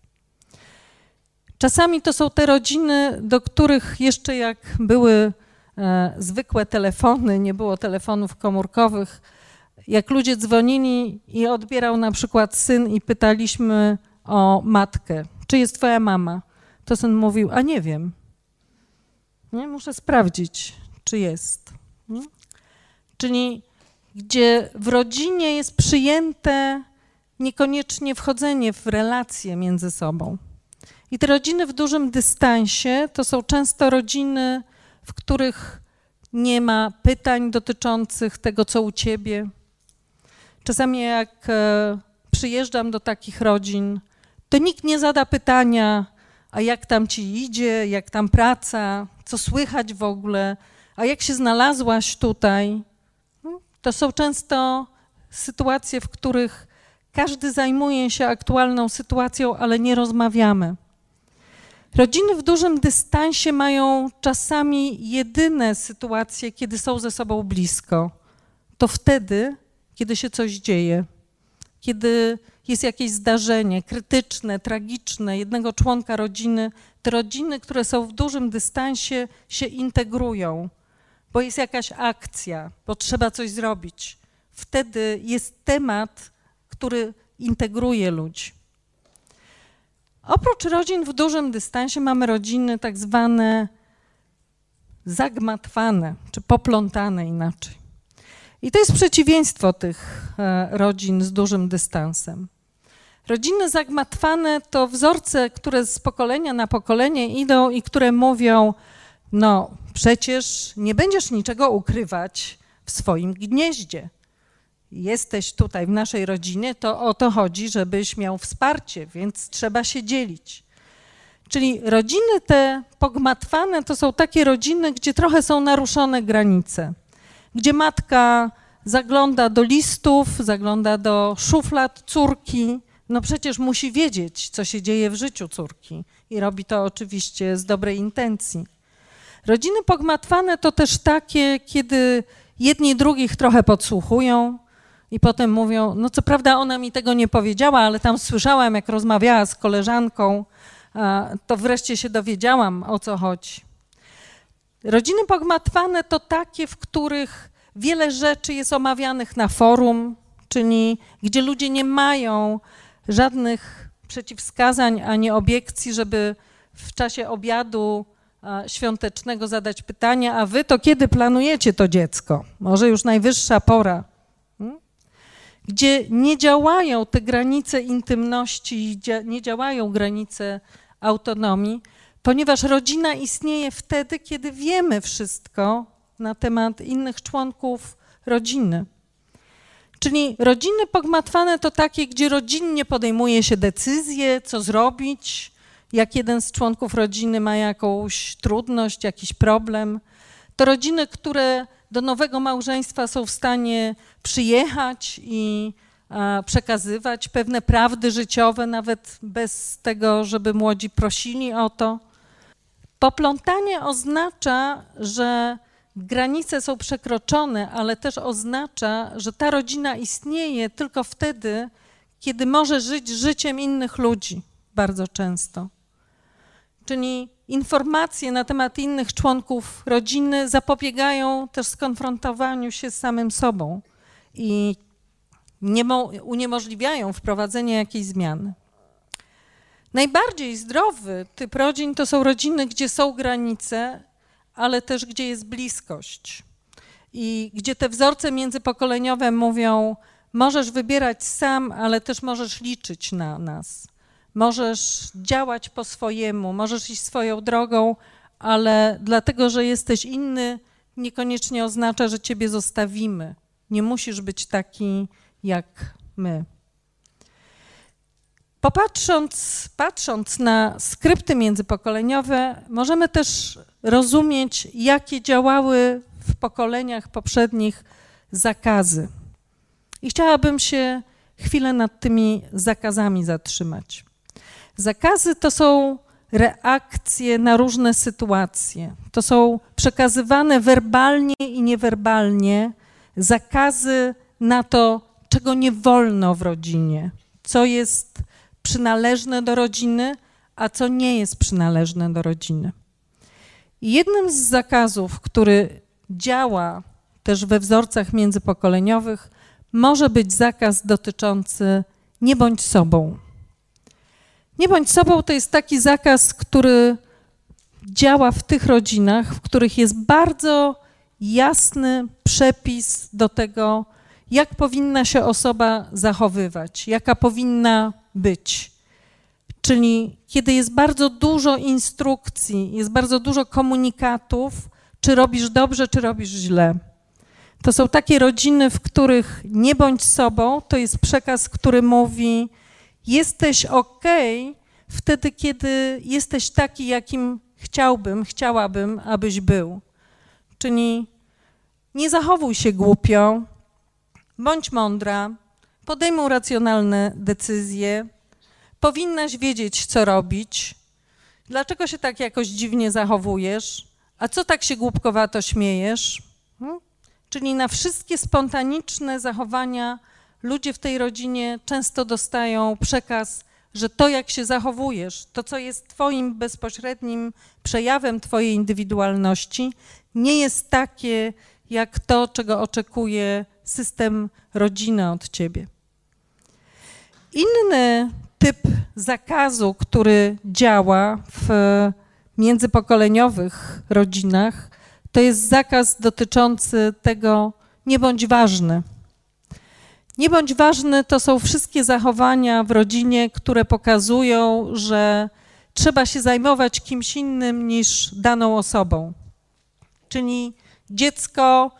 [SPEAKER 1] Czasami to są te rodziny, do których jeszcze jak były e, zwykłe telefony, nie było telefonów komórkowych, jak ludzie dzwonili i odbierał na przykład syn i pytaliśmy o matkę, czy jest twoja mama, to syn mówił: a nie wiem, nie, muszę sprawdzić, czy jest. Nie? Czyli gdzie w rodzinie jest przyjęte niekoniecznie wchodzenie w relacje między sobą. I te rodziny w dużym dystansie to są często rodziny, w których nie ma pytań dotyczących tego, co u ciebie. Czasami jak przyjeżdżam do takich rodzin, to nikt nie zada pytania: a jak tam ci idzie, jak tam praca, co słychać w ogóle, a jak się znalazłaś tutaj. To są często sytuacje, w których każdy zajmuje się aktualną sytuacją, ale nie rozmawiamy. Rodziny w dużym dystansie mają czasami jedyne sytuacje, kiedy są ze sobą blisko. To wtedy, kiedy się coś dzieje, kiedy jest jakieś zdarzenie krytyczne, tragiczne jednego członka rodziny, te rodziny, które są w dużym dystansie, się integrują, bo jest jakaś akcja, bo trzeba coś zrobić. Wtedy jest temat, który integruje ludzi. Oprócz rodzin w dużym dystansie mamy rodziny tak zwane zagmatwane, czy poplątane inaczej. I to jest przeciwieństwo tych rodzin z dużym dystansem. Rodziny zagmatwane to wzorce, które z pokolenia na pokolenie idą i które mówią: no przecież nie będziesz niczego ukrywać w swoim gnieździe. Jesteś tutaj w naszej rodzinie, to o to chodzi, żebyś miał wsparcie, więc trzeba się dzielić. Czyli rodziny te pogmatwane to są takie rodziny, gdzie trochę są naruszone granice, gdzie matka zagląda do listów, zagląda do szuflad córki, no przecież musi wiedzieć, co się dzieje w życiu córki i robi to oczywiście z dobrej intencji. Rodziny pogmatwane to też takie, kiedy jedni drugich trochę podsłuchują i potem mówią, no co prawda ona mi tego nie powiedziała, ale tam słyszałam, jak rozmawiała z koleżanką, to wreszcie się dowiedziałam, o co chodzi. Rodziny pogmatwane to takie, w których wiele rzeczy jest omawianych na forum, czyli gdzie ludzie nie mają żadnych przeciwwskazań ani obiekcji, żeby w czasie obiadu świątecznego zadać pytanie, a wy to kiedy planujecie to dziecko? Może już najwyższa pora. Hmm? Gdzie nie działają te granice intymności, nie działają granice autonomii, ponieważ rodzina istnieje wtedy, kiedy wiemy wszystko na temat innych członków rodziny. Czyli rodziny pogmatwane to takie, gdzie rodzinnie podejmuje się decyzje, co zrobić, jak jeden z członków rodziny ma jakąś trudność, jakiś problem. To rodziny, które do nowego małżeństwa są w stanie przyjechać i a, przekazywać pewne prawdy życiowe, nawet bez tego, żeby młodzi prosili o to. Poplątanie oznacza, że granice są przekroczone, ale też oznacza, że ta rodzina istnieje tylko wtedy, kiedy może żyć życiem innych ludzi, bardzo często. Czyli informacje na temat innych członków rodziny zapobiegają też skonfrontowaniu się z samym sobą i uniemożliwiają wprowadzenie jakiejś zmiany. Najbardziej zdrowy typ rodzin to są rodziny, gdzie są granice, ale też gdzie jest bliskość i gdzie te wzorce międzypokoleniowe mówią, możesz wybierać sam, ale też możesz liczyć na nas. Możesz działać po swojemu, możesz iść swoją drogą, ale dlatego, że jesteś inny, niekoniecznie oznacza, że ciebie zostawimy. Nie musisz być taki jak my. Popatrząc, patrząc na skrypty międzypokoleniowe, możemy też rozumieć, jakie działały w pokoleniach poprzednich zakazy. I chciałabym się chwilę nad tymi zakazami zatrzymać. Zakazy to są reakcje na różne sytuacje. To są przekazywane werbalnie i niewerbalnie zakazy na to, czego nie wolno w rodzinie, co jest przynależne do rodziny, a co nie jest przynależne do rodziny. I jednym z zakazów, który działa też we wzorcach międzypokoleniowych, może być zakaz dotyczący nie bądź sobą. Nie bądź sobą to jest taki zakaz, który działa w tych rodzinach, w których jest bardzo jasny przepis do tego, jak powinna się osoba zachowywać, jaka powinna być. Czyli kiedy jest bardzo dużo instrukcji, jest bardzo dużo komunikatów, czy robisz dobrze, czy robisz źle. To są takie rodziny, w których nie bądź sobą, to jest przekaz, który mówi, jesteś okej wtedy, kiedy jesteś taki, jakim chciałbym, chciałabym, abyś był. Czyli nie zachowuj się głupio, bądź mądra, podejmuj racjonalne decyzje, powinnaś wiedzieć, co robić, dlaczego się tak jakoś dziwnie zachowujesz, a co tak się głupkowato śmiejesz. Hmm? Czyli na wszystkie spontaniczne zachowania ludzie w tej rodzinie często dostają przekaz, że to, jak się zachowujesz, to, co jest twoim bezpośrednim przejawem twojej indywidualności, nie jest takie, jak to, czego oczekuje system rodziny od ciebie. Inny typ zakazu, który działa w międzypokoleniowych rodzinach, to jest zakaz dotyczący tego, nie bądź ważny. Nie bądź ważny to są wszystkie zachowania w rodzinie, które pokazują, że trzeba się zajmować kimś innym niż daną osobą. Czyli dziecko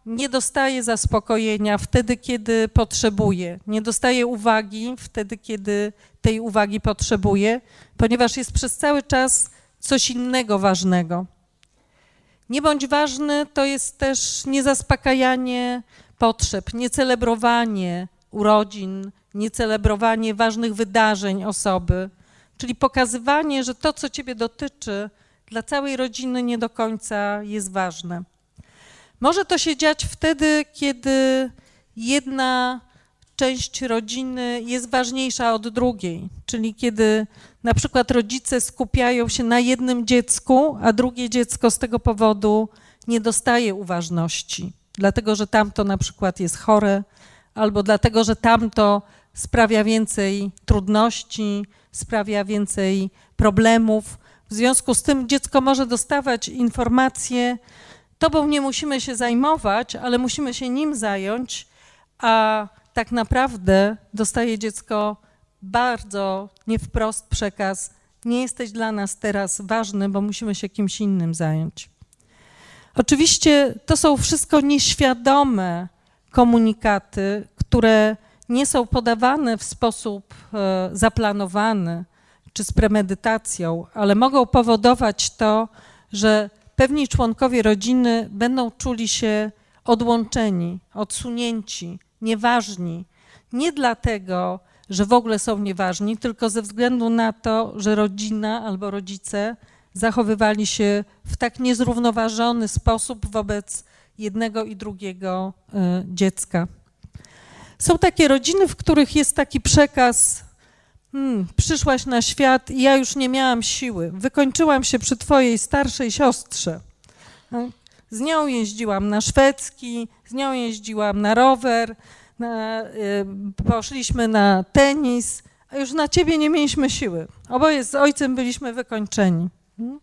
[SPEAKER 1] nie dostaje zaspokojenia wtedy, kiedy potrzebuje, nie dostaje uwagi wtedy, kiedy tej uwagi potrzebuje, ponieważ jest przez cały czas coś innego ważnego. Nie bądź ważny to jest też niezaspokajanie potrzeb, niecelebrowanie urodzin, niecelebrowanie ważnych wydarzeń osoby, czyli pokazywanie, że to, co ciebie dotyczy, dla całej rodziny nie do końca jest ważne. Może to się dziać wtedy, kiedy jedna część rodziny jest ważniejsza od drugiej, czyli kiedy na przykład rodzice skupiają się na jednym dziecku, a drugie dziecko z tego powodu nie dostaje uważności, dlatego że tamto na przykład jest chore, albo dlatego, że tamto sprawia więcej trudności, sprawia więcej problemów. W związku z tym dziecko może dostawać informacje, tobą nie musimy się zajmować, ale musimy się nim zająć, a tak naprawdę dostaje dziecko bardzo nie wprost przekaz, nie jesteś dla nas teraz ważny, bo musimy się kimś innym zająć. Oczywiście to są wszystko nieświadome komunikaty, które nie są podawane w sposób e, zaplanowany czy z premedytacją, ale mogą powodować to, że pewni członkowie rodziny będą czuli się odłączeni, odsunięci, nieważni. Nie dlatego, że w ogóle są nieważni, tylko ze względu na to, że rodzina albo rodzice zachowywali się w tak niezrównoważony sposób wobec jednego i drugiego y, dziecka. Są takie rodziny, w których jest taki przekaz: hmm, przyszłaś na świat i ja już nie miałam siły, wykończyłam się przy twojej starszej siostrze. Z nią jeździłam na szwedzki, z nią jeździłam na rower, na, y, poszliśmy na tenis, a już na ciebie nie mieliśmy siły. Oboje z ojcem byliśmy wykończeni. Hmm?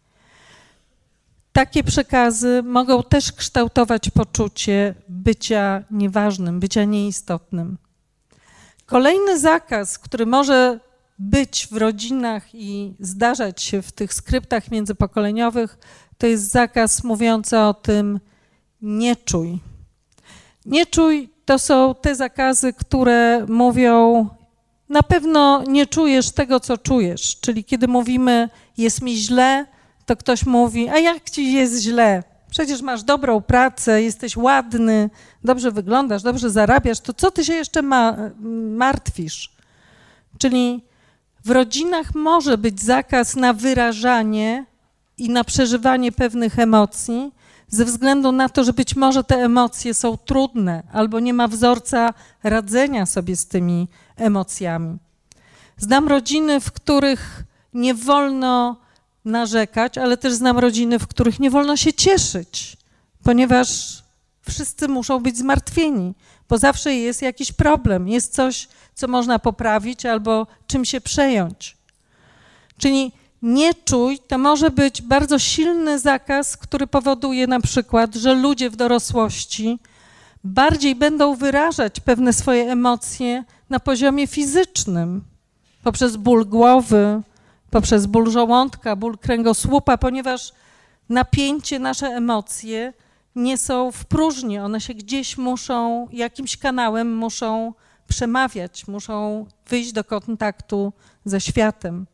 [SPEAKER 1] Takie przekazy mogą też kształtować poczucie bycia nieważnym, bycia nieistotnym. Kolejny zakaz, który może być w rodzinach i zdarzać się w tych skryptach międzypokoleniowych, to jest zakaz mówiący o tym: nie czuj. Nie czuj to są te zakazy, które mówią: na pewno nie czujesz tego, co czujesz. Czyli kiedy mówimy jest mi źle, to ktoś mówi: a jak ci jest źle? Przecież masz dobrą pracę, jesteś ładny, dobrze wyglądasz, dobrze zarabiasz, to co ty się jeszcze ma, martwisz? Czyli w rodzinach może być zakaz na wyrażanie i na przeżywanie pewnych emocji ze względu na to, że być może te emocje są trudne albo nie ma wzorca radzenia sobie z tymi emocjami. Znam rodziny, w których nie wolno narzekać, ale też znam rodziny, w których nie wolno się cieszyć, ponieważ wszyscy muszą być zmartwieni, bo zawsze jest jakiś problem, jest coś, co można poprawić albo czym się przejąć. Czyli nie czuj to może być bardzo silny zakaz, który powoduje na przykład, że ludzie w dorosłości bardziej będą wyrażać pewne swoje emocje na poziomie fizycznym, poprzez ból głowy, poprzez ból żołądka, ból kręgosłupa, ponieważ napięcie, nasze emocje nie są w próżni, one się gdzieś muszą, jakimś kanałem muszą przemawiać, muszą wyjść do kontaktu ze światem.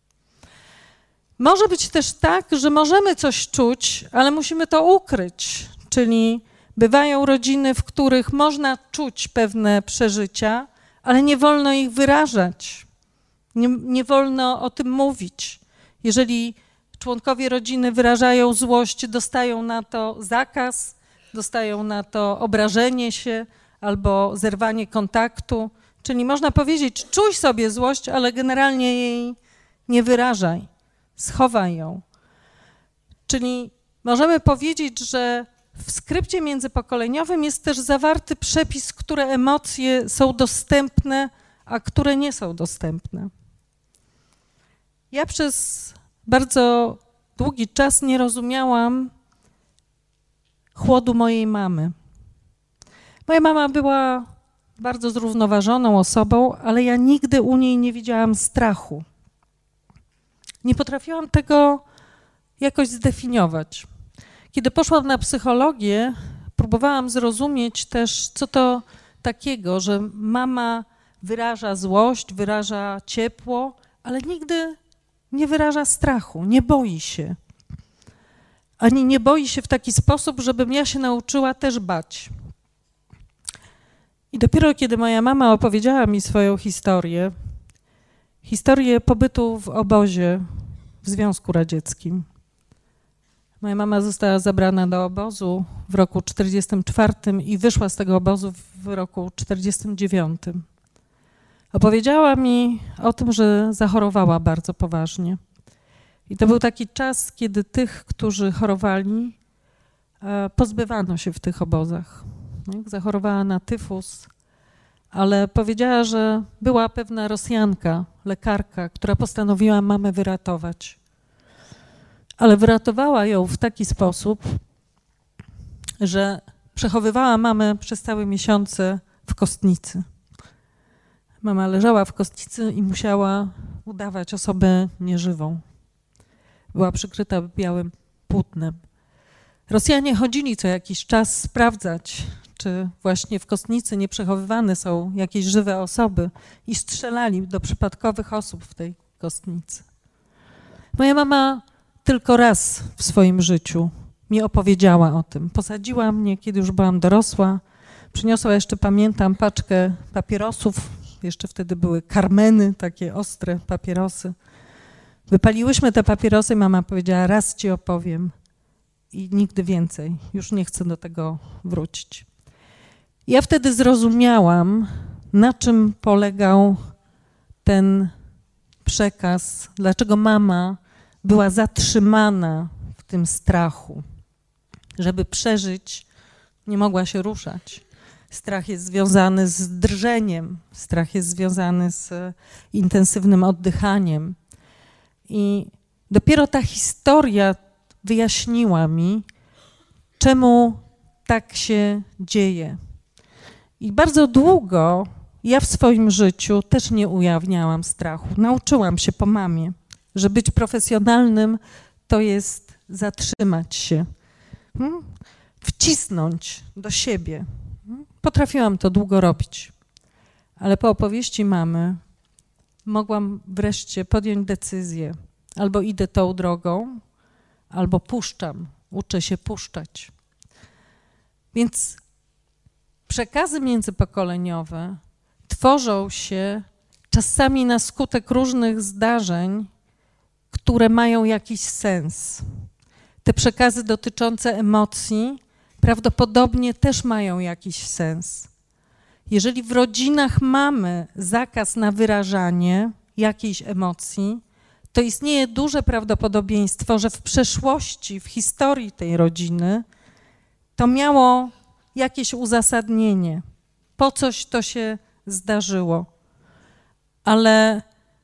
[SPEAKER 1] Może być też tak, że możemy coś czuć, ale musimy to ukryć, czyli bywają rodziny, w których można czuć pewne przeżycia, ale nie wolno ich wyrażać, nie, nie wolno o tym mówić. Jeżeli członkowie rodziny wyrażają złość, dostają na to zakaz, dostają na to obrażenie się albo zerwanie kontaktu, czyli można powiedzieć: czuj sobie złość, ale generalnie jej nie wyrażaj. Schowaj ją. Czyli możemy powiedzieć, że w skrypcie międzypokoleniowym jest też zawarty przepis, które emocje są dostępne, a które nie są dostępne. Ja przez bardzo długi czas nie rozumiałam chłodu mojej mamy. Moja mama była bardzo zrównoważoną osobą, ale ja nigdy u niej nie widziałam strachu. Nie potrafiłam tego jakoś zdefiniować. Kiedy poszłam na psychologię, próbowałam zrozumieć też, co to takiego, że mama wyraża złość, wyraża ciepło, ale nigdy nie wyraża strachu, nie boi się. Ani nie boi się w taki sposób, żebym ja się nauczyła też bać. I dopiero kiedy moja mama opowiedziała mi swoją historię, historię pobytu w obozie w Związku Radzieckim. Moja mama została zabrana do obozu w roku czterdziestym czwartym i wyszła z tego obozu w roku czterdziestym dziewiątym. Opowiedziała mi o tym, że zachorowała bardzo poważnie. I to był taki czas, kiedy tych, którzy chorowali, pozbywano się w tych obozach. Zachorowała na tyfus, ale powiedziała, że była pewna Rosjanka, lekarka, która postanowiła mamę wyratować. Ale wyratowała ją w taki sposób, że przechowywała mamę przez całe miesiące w kostnicy. Mama leżała w kostnicy i musiała udawać osobę nieżywą. Była przykryta białym płótnem. Rosjanie chodzili co jakiś czas sprawdzać, czy właśnie w kostnicy nie przechowywane są jakieś żywe osoby i strzelali do przypadkowych osób w tej kostnicy. Moja mama tylko raz w swoim życiu mi opowiedziała o tym. Posadziła mnie, kiedy już byłam dorosła. Przyniosła jeszcze, pamiętam, paczkę papierosów. Jeszcze wtedy były karmeny, takie ostre papierosy. Wypaliłyśmy te papierosy i mama powiedziała, raz ci opowiem i nigdy więcej. Już nie chcę do tego wrócić. Ja wtedy zrozumiałam, na czym polegał ten przekaz, dlaczego mama była zatrzymana w tym strachu. Żeby przeżyć, nie mogła się ruszać. Strach jest związany z drżeniem, strach jest związany z intensywnym oddychaniem. I dopiero ta historia wyjaśniła mi, czemu tak się dzieje. I bardzo długo ja w swoim życiu też nie ujawniałam strachu. Nauczyłam się po mamie, że być profesjonalnym to jest zatrzymać się, hmm? wcisnąć do siebie. Potrafiłam to długo robić, ale po opowieści mamy mogłam wreszcie podjąć decyzję. Albo idę tą drogą, albo puszczam, uczę się puszczać. Więc przekazy międzypokoleniowe tworzą się czasami na skutek różnych zdarzeń, które mają jakiś sens. Te przekazy dotyczące emocji prawdopodobnie też mają jakiś sens. Jeżeli w rodzinach mamy zakaz na wyrażanie jakiejś emocji, to istnieje duże prawdopodobieństwo, że w przeszłości, w historii tej rodziny to miało jakieś uzasadnienie. Po coś to się zdarzyło. Ale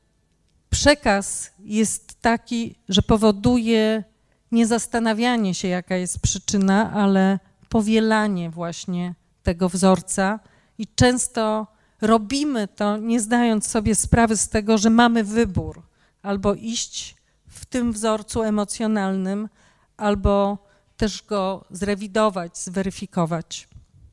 [SPEAKER 1] przekaz jest taki, że powoduje nie zastanawianie się, jaka jest przyczyna, ale powielanie właśnie tego wzorca i często robimy to, nie zdając sobie sprawy z tego, że mamy wybór albo iść w tym wzorcu emocjonalnym, albo też go zrewidować, zweryfikować.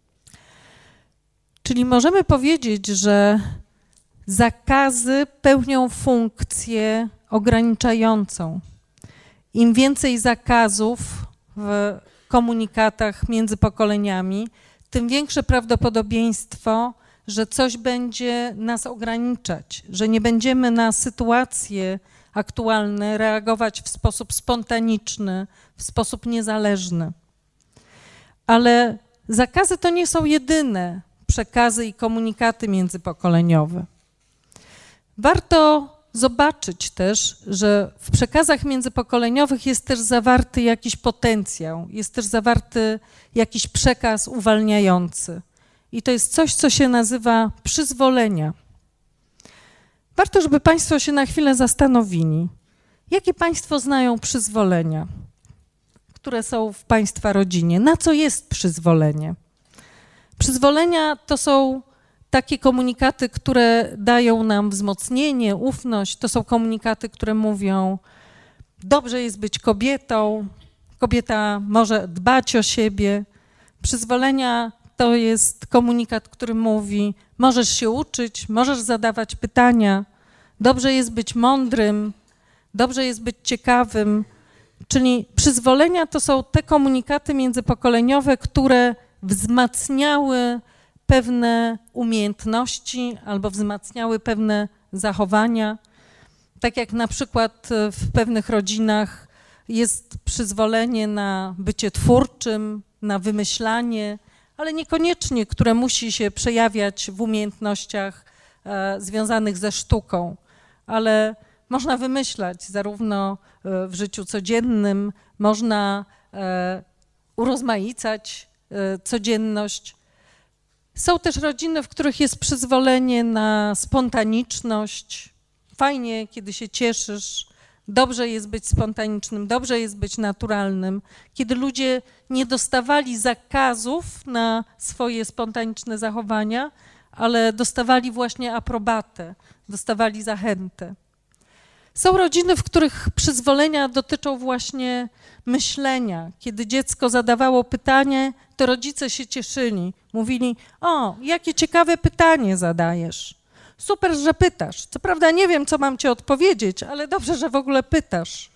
[SPEAKER 1] Czyli możemy powiedzieć, że zakazy pełnią funkcję ograniczającą. Im więcej zakazów w komunikatach między pokoleniami, tym większe prawdopodobieństwo, że coś będzie nas ograniczać, że nie będziemy na sytuacje aktualne reagować w sposób spontaniczny, w sposób niezależny. Ale zakazy to nie są jedyne przekazy i komunikaty międzypokoleniowe. Warto zobaczyć też, że w przekazach międzypokoleniowych jest też zawarty jakiś potencjał, jest też zawarty jakiś przekaz uwalniający. I to jest coś, co się nazywa przyzwolenia. Warto, żeby Państwo się na chwilę zastanowili, jakie Państwo znają przyzwolenia, które są w Państwa rodzinie. Na co jest przyzwolenie? Przyzwolenia to są takie komunikaty, które dają nam wzmocnienie, ufność. To są komunikaty, które mówią, dobrze jest być kobietą, kobieta może dbać o siebie. Przyzwolenia to jest komunikat, który mówi, możesz się uczyć, możesz zadawać pytania, dobrze jest być mądrym, dobrze jest być ciekawym, czyli przyzwolenia to są te komunikaty międzypokoleniowe, które wzmacniały pewne umiejętności albo wzmacniały pewne zachowania. Tak jak na przykład w pewnych rodzinach jest przyzwolenie na bycie twórczym, na wymyślanie, ale niekoniecznie, które musi się przejawiać w umiejętnościach e, związanych ze sztuką, ale można wymyślać zarówno w życiu codziennym, można e, urozmaicać e, codzienność. Są też rodziny, w których jest przyzwolenie na spontaniczność. Fajnie, kiedy się cieszysz, dobrze jest być spontanicznym, dobrze jest być naturalnym. Kiedy ludzie nie dostawali zakazów na swoje spontaniczne zachowania, ale dostawali właśnie aprobatę, dostawali zachętę. Są rodziny, w których przyzwolenia dotyczą właśnie myślenia. Kiedy dziecko zadawało pytanie, to rodzice się cieszyli. Mówili, o, jakie ciekawe pytanie zadajesz. Super, że pytasz. Co prawda nie wiem, co mam ci odpowiedzieć, ale dobrze, że w ogóle pytasz.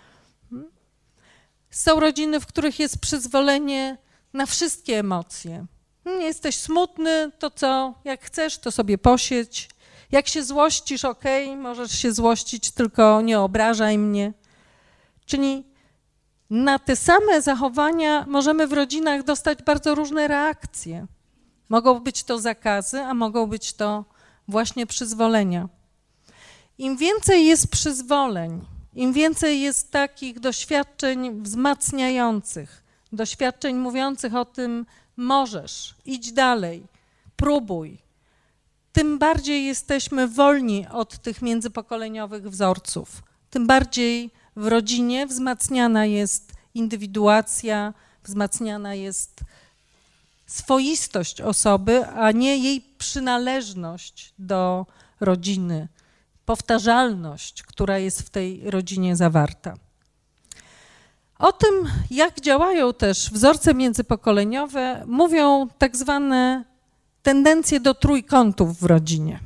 [SPEAKER 1] Są rodziny, w których jest przyzwolenie na wszystkie emocje. Nie jesteś smutny, to co? Jak chcesz, to sobie posiedź. Jak się złościsz, okej, okay, możesz się złościć, tylko nie obrażaj mnie. Czyli na te same zachowania możemy w rodzinach dostać bardzo różne reakcje. Mogą być to zakazy, a mogą być to właśnie przyzwolenia. Im więcej jest przyzwoleń, im więcej jest takich doświadczeń wzmacniających, doświadczeń mówiących o tym, możesz, idź dalej, próbuj, tym bardziej jesteśmy wolni od tych międzypokoleniowych wzorców. Tym bardziej w rodzinie wzmacniana jest indywiduacja, wzmacniana jest swoistość osoby, a nie jej przynależność do rodziny, powtarzalność, która jest w tej rodzinie zawarta. O tym, jak działają też wzorce międzypokoleniowe, mówią tak zwane tendencje do trójkątów w rodzinie.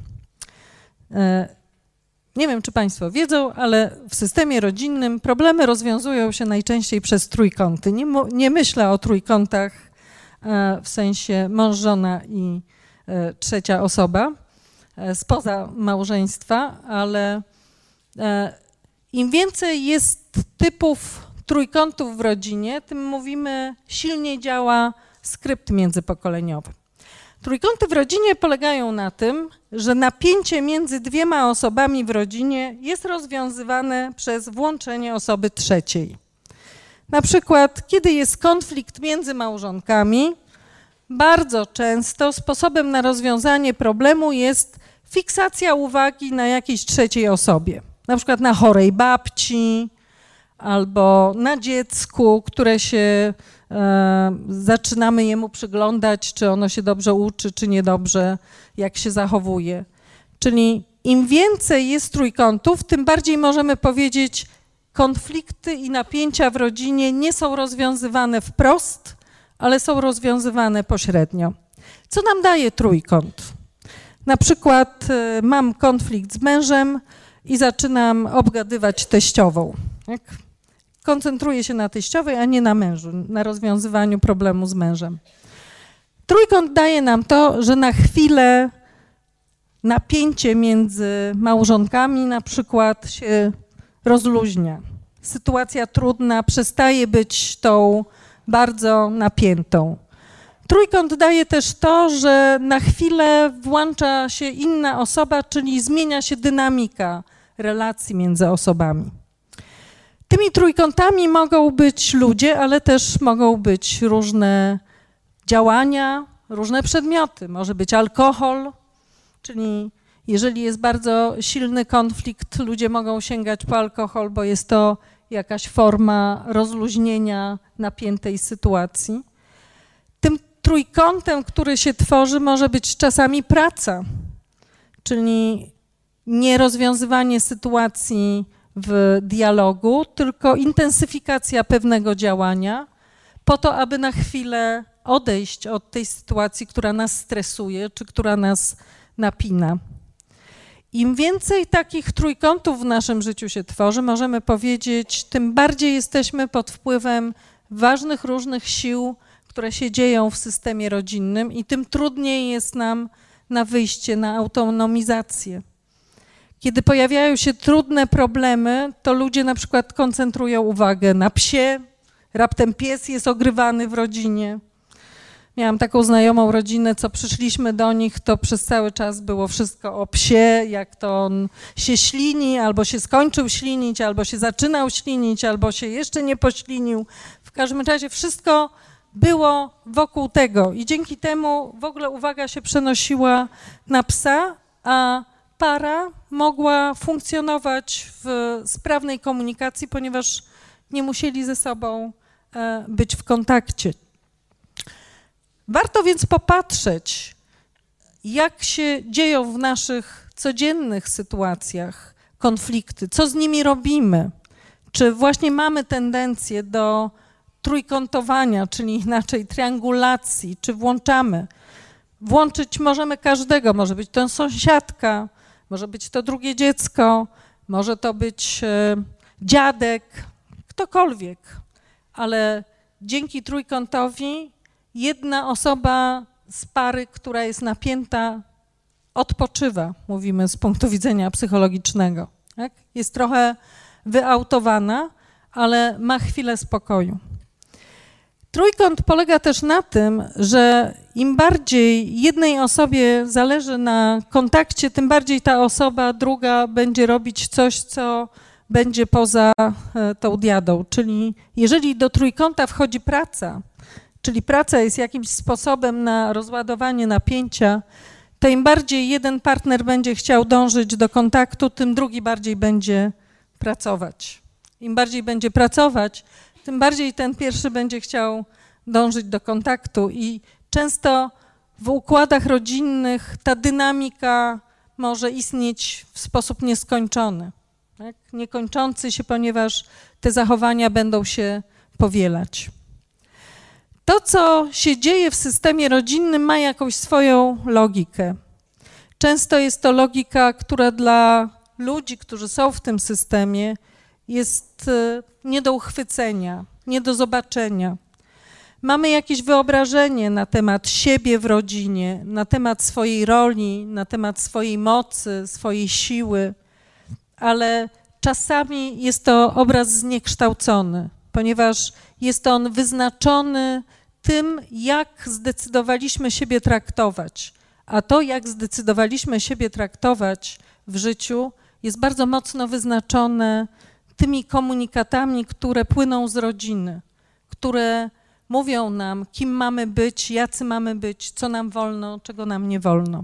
[SPEAKER 1] Nie wiem, czy Państwo wiedzą, ale w systemie rodzinnym problemy rozwiązują się najczęściej przez trójkąty. Nie, nie myślę o trójkątach w sensie mąż, żona i trzecia osoba spoza małżeństwa, ale im więcej jest typów trójkątów w rodzinie, tym mówimy, silniej działa skrypt międzypokoleniowy. Trójkąty w rodzinie polegają na tym, że napięcie między dwiema osobami w rodzinie jest rozwiązywane przez włączenie osoby trzeciej. Na przykład, kiedy jest konflikt między małżonkami, bardzo często sposobem na rozwiązanie problemu jest fiksacja uwagi na jakiejś trzeciej osobie. Na przykład na chorej babci albo na dziecku, które się e, zaczynamy jemu przyglądać, czy ono się dobrze uczy, czy niedobrze, jak się zachowuje. Czyli im więcej jest trójkątów, tym bardziej możemy powiedzieć, konflikty i napięcia w rodzinie nie są rozwiązywane wprost, ale są rozwiązywane pośrednio. Co nam daje trójkąt? Na przykład e, mam konflikt z mężem i zaczynam obgadywać teściową. Tak? Koncentruję się na teściowej, a nie na mężu, na rozwiązywaniu problemu z mężem. Trójkąt daje nam to, że na chwilę napięcie między małżonkami na przykład się rozluźnia. Sytuacja trudna przestaje być tą bardzo napiętą. Trójkąt daje też to, że na chwilę włącza się inna osoba, czyli zmienia się dynamika relacji między osobami. Tymi trójkątami mogą być ludzie, ale też mogą być różne działania, różne przedmioty. Może być alkohol, czyli jeżeli jest bardzo silny konflikt, ludzie mogą sięgać po alkohol, bo jest to jakaś forma rozluźnienia napiętej sytuacji. Tym trójkątem, który się tworzy, może być czasami praca, czyli nie rozwiązywanie sytuacji w dialogu, tylko intensyfikacja pewnego działania po to, aby na chwilę odejść od tej sytuacji, która nas stresuje, czy która nas napina. Im więcej takich trójkątów w naszym życiu się tworzy, możemy powiedzieć, tym bardziej jesteśmy pod wpływem ważnych różnych sił, które się dzieją w systemie rodzinnym i tym trudniej jest nam na wyjście, na autonomizację. Kiedy pojawiają się trudne problemy, to ludzie na przykład koncentrują uwagę na psie, raptem pies jest ogrywany w rodzinie. Miałam taką znajomą rodzinę, co przyszliśmy do nich, to przez cały czas było wszystko o psie, jak to on się ślini, albo się skończył ślinić, albo się zaczynał ślinić, albo się jeszcze nie poślinił. W każdym razie wszystko było wokół tego i dzięki temu w ogóle uwaga się przenosiła na psa, a para mogła funkcjonować w sprawnej komunikacji, ponieważ nie musieli ze sobą być w kontakcie. Warto więc popatrzeć, jak się dzieją w naszych codziennych sytuacjach konflikty, co z nimi robimy, czy właśnie mamy tendencję do trójkątowania, czyli inaczej triangulacji, czy włączamy. Włączyć możemy każdego, może być to sąsiadka, może być to drugie dziecko, może to być e, dziadek, ktokolwiek, ale dzięki trójkątowi jedna osoba z pary, która jest napięta, odpoczywa, mówimy z punktu widzenia psychologicznego. Tak? Jest trochę wyautowana, ale ma chwilę spokoju. Trójkąt polega też na tym, że im bardziej jednej osobie zależy na kontakcie, tym bardziej ta osoba druga będzie robić coś, co będzie poza tą diadą. Czyli jeżeli do trójkąta wchodzi praca, czyli praca jest jakimś sposobem na rozładowanie napięcia, to im bardziej jeden partner będzie chciał dążyć do kontaktu, tym drugi bardziej będzie pracować. Im bardziej będzie pracować, tym bardziej ten pierwszy będzie chciał dążyć do kontaktu i często w układach rodzinnych ta dynamika może istnieć w sposób nieskończony, tak? Niekończący się, ponieważ te zachowania będą się powielać. To, co się dzieje w systemie rodzinnym, ma jakąś swoją logikę. Często jest to logika, która dla ludzi, którzy są w tym systemie, jest nie do uchwycenia, nie do zobaczenia. Mamy jakieś wyobrażenie na temat siebie w rodzinie, na temat swojej roli, na temat swojej mocy, swojej siły, ale czasami jest to obraz zniekształcony, ponieważ jest on wyznaczony tym, jak zdecydowaliśmy siebie traktować. A to, jak zdecydowaliśmy siebie traktować w życiu, jest bardzo mocno wyznaczone tymi komunikatami, które płyną z rodziny, które mówią nam, kim mamy być, jacy mamy być, co nam wolno, czego nam nie wolno.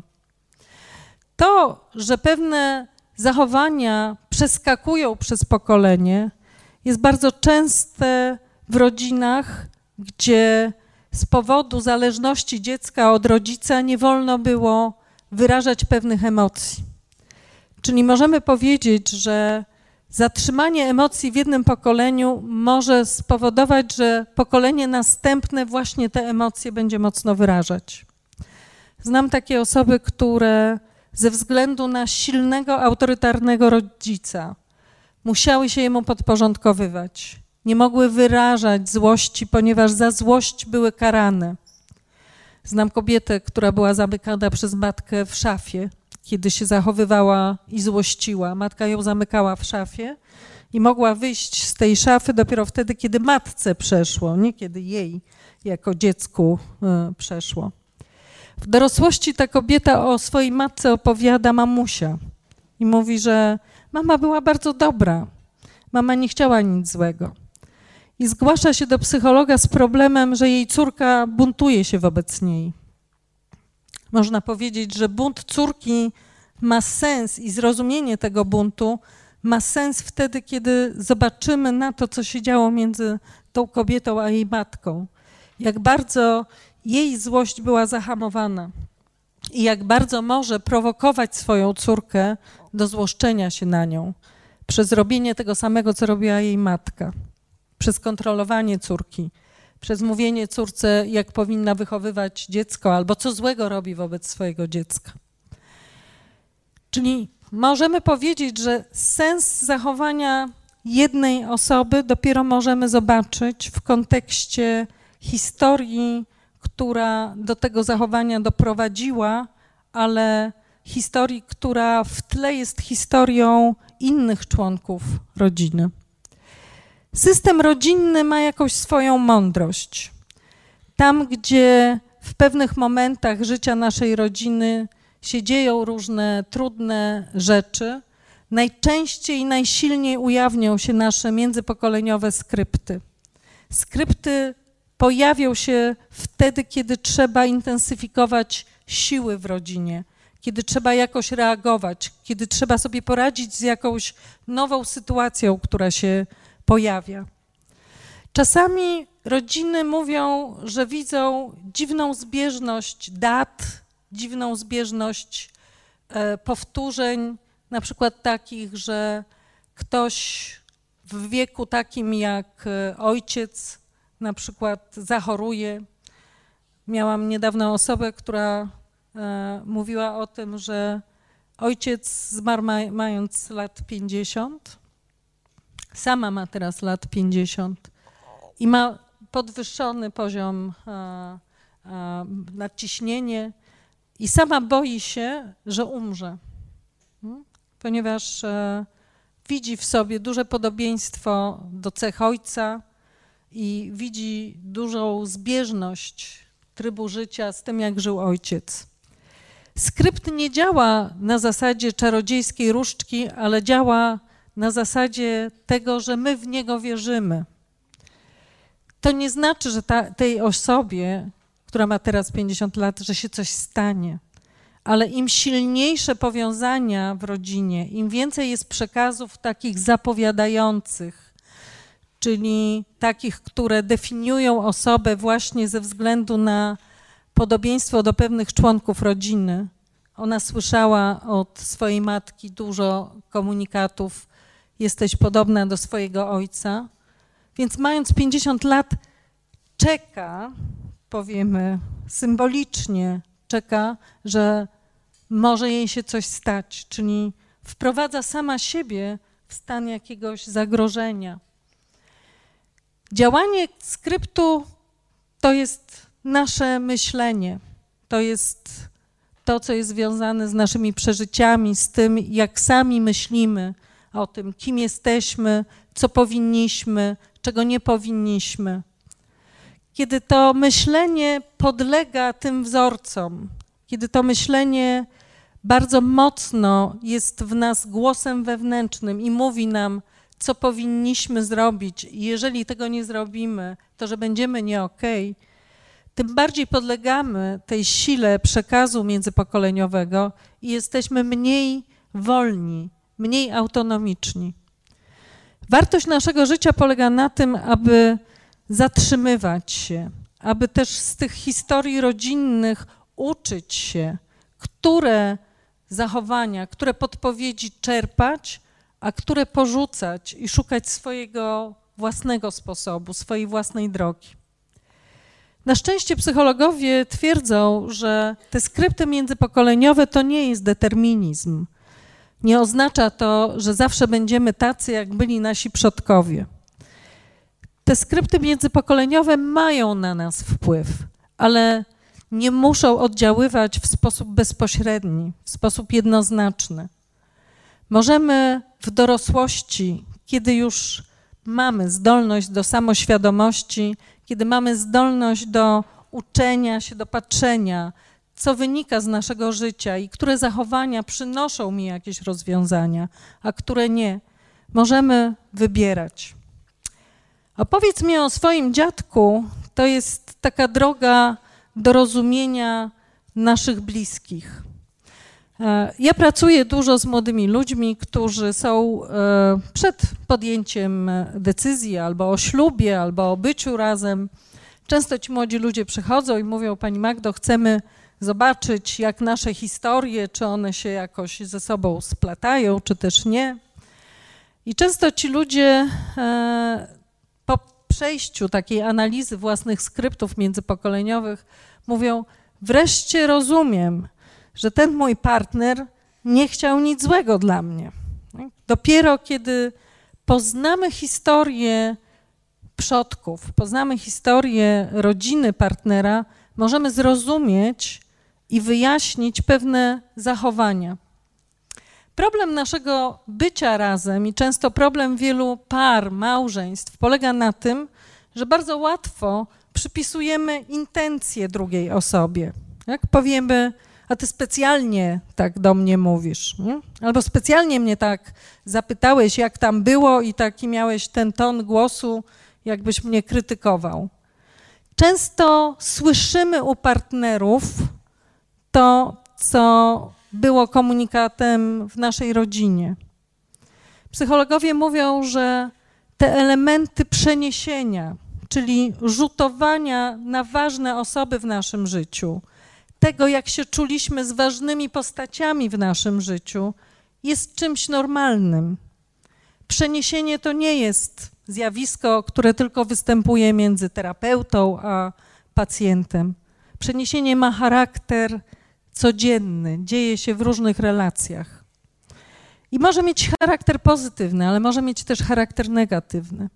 [SPEAKER 1] To, że pewne zachowania przeskakują przez pokolenie, jest bardzo częste w rodzinach, gdzie z powodu zależności dziecka od rodzica nie wolno było wyrażać pewnych emocji. Czyli możemy powiedzieć, że zatrzymanie emocji w jednym pokoleniu może spowodować, że pokolenie następne właśnie te emocje będzie mocno wyrażać. Znam takie osoby, które ze względu na silnego, autorytarnego rodzica musiały się jemu podporządkowywać. Nie mogły wyrażać złości, ponieważ za złość były karane. Znam kobietę, która była zamykana przez matkę w szafie, kiedy się zachowywała i złościła. Matka ją zamykała w szafie i mogła wyjść z tej szafy dopiero wtedy, kiedy matce przeszło, nie kiedy jej jako dziecku y, przeszło. W dorosłości ta kobieta o swojej matce opowiada mamusia i mówi, że mama była bardzo dobra, mama nie chciała nic złego. I zgłasza się do psychologa z problemem, że jej córka buntuje się wobec niej. Można powiedzieć, że bunt córki ma sens i zrozumienie tego buntu ma sens wtedy, kiedy zobaczymy na to, co się działo między tą kobietą a jej matką. Jak bardzo jej złość była zahamowana i jak bardzo może prowokować swoją córkę do złoszczenia się na nią przez robienie tego samego, co robiła jej matka, przez kontrolowanie córki, przez mówienie córce, jak powinna wychowywać dziecko, albo co złego robi wobec swojego dziecka. Czyli możemy powiedzieć, że sens zachowania jednej osoby dopiero możemy zobaczyć w kontekście historii, która do tego zachowania doprowadziła, ale historii, która w tle jest historią innych członków rodziny. System rodzinny ma jakąś swoją mądrość. Tam, gdzie w pewnych momentach życia naszej rodziny się dzieją różne trudne rzeczy, najczęściej i najsilniej ujawnią się nasze międzypokoleniowe skrypty. Skrypty pojawią się wtedy, kiedy trzeba intensyfikować siły w rodzinie, kiedy trzeba jakoś reagować, kiedy trzeba sobie poradzić z jakąś nową sytuacją, która się pojawia. Czasami rodziny mówią, że widzą dziwną zbieżność dat, dziwną zbieżność e, powtórzeń, na przykład takich, że ktoś w wieku takim jak ojciec na przykład zachoruje. Miałam niedawno osobę, która e, mówiła o tym, że ojciec zmarł ma, mając lat pięćdziesiąt, sama ma teraz lat pięćdziesiąt i ma podwyższony poziom e, e, nadciśnienie i sama boi się, że umrze, hmm? ponieważ e, widzi w sobie duże podobieństwo do cech ojca i widzi dużą zbieżność trybu życia z tym, jak żył ojciec. Skrypt nie działa na zasadzie czarodziejskiej różdżki, ale działa na zasadzie tego, że my w niego wierzymy. To nie znaczy, że ta, tej osobie, która ma teraz pięćdziesiąt lat, że się coś stanie. Ale im silniejsze powiązania w rodzinie, im więcej jest przekazów takich zapowiadających, czyli takich, które definiują osobę właśnie ze względu na podobieństwo do pewnych członków rodziny. Ona słyszała od swojej matki dużo komunikatów, jesteś podobna do swojego ojca, więc mając pięćdziesiąt lat czeka, powiemy symbolicznie, czeka, że może jej się coś stać, czyli wprowadza sama siebie w stan jakiegoś zagrożenia. Działanie skryptu to jest nasze myślenie, to jest to, co jest związane z naszymi przeżyciami, z tym, jak sami myślimy o tym, kim jesteśmy, co powinniśmy, czego nie powinniśmy. Kiedy to myślenie podlega tym wzorcom, kiedy to myślenie bardzo mocno jest w nas głosem wewnętrznym i mówi nam, co powinniśmy zrobić i jeżeli tego nie zrobimy, to że będziemy nie okej, tym bardziej podlegamy tej sile przekazu międzypokoleniowego i jesteśmy mniej wolni, mniej autonomiczni. Wartość naszego życia polega na tym, aby zatrzymywać się, aby też z tych historii rodzinnych uczyć się, które zachowania, które podpowiedzi czerpać, a które porzucać i szukać swojego własnego sposobu, swojej własnej drogi. Na szczęście psychologowie twierdzą, że te skrypty międzypokoleniowe to nie jest determinizm. Nie oznacza to, że zawsze będziemy tacy, jak byli nasi przodkowie. Te skrypty międzypokoleniowe mają na nas wpływ, ale nie muszą oddziaływać w sposób bezpośredni, w sposób jednoznaczny. Możemy w dorosłości, kiedy już mamy zdolność do samoświadomości, kiedy mamy zdolność do uczenia się, do patrzenia, co wynika z naszego życia i które zachowania przynoszą mi jakieś rozwiązania, a które nie, możemy wybierać. Opowiedz mi o swoim dziadku, to jest taka droga do rozumienia naszych bliskich. Ja pracuję dużo z młodymi ludźmi, którzy są przed podjęciem decyzji albo o ślubie, albo o byciu razem. Często ci młodzi ludzie przychodzą i mówią, pani Magdo, chcemy zobaczyć, jak nasze historie, czy one się jakoś ze sobą splatają, czy też nie. I często ci ludzie po przejściu takiej analizy własnych skryptów międzypokoleniowych mówią, wreszcie rozumiem, że ten mój partner nie chciał nic złego dla mnie. Dopiero kiedy poznamy historię przodków, poznamy historię rodziny partnera, możemy zrozumieć i wyjaśnić pewne zachowania. Problem naszego bycia razem i często problem wielu par, małżeństw polega na tym, że bardzo łatwo przypisujemy intencje drugiej osobie. Jak powiemy, a ty specjalnie tak do mnie mówisz, nie? Albo specjalnie mnie tak zapytałeś, jak tam było i taki miałeś ten ton głosu, jakbyś mnie krytykował. Często słyszymy u partnerów to, co było komunikatem w naszej rodzinie. Psychologowie mówią, że te elementy przeniesienia, czyli rzutowania na ważne osoby w naszym życiu, tego, jak się czuliśmy z ważnymi postaciami w naszym życiu, jest czymś normalnym. Przeniesienie to nie jest zjawisko, które tylko występuje między terapeutą a pacjentem. Przeniesienie ma charakter codzienny, dzieje się w różnych relacjach. I może mieć charakter pozytywny, ale może mieć też charakter negatywny.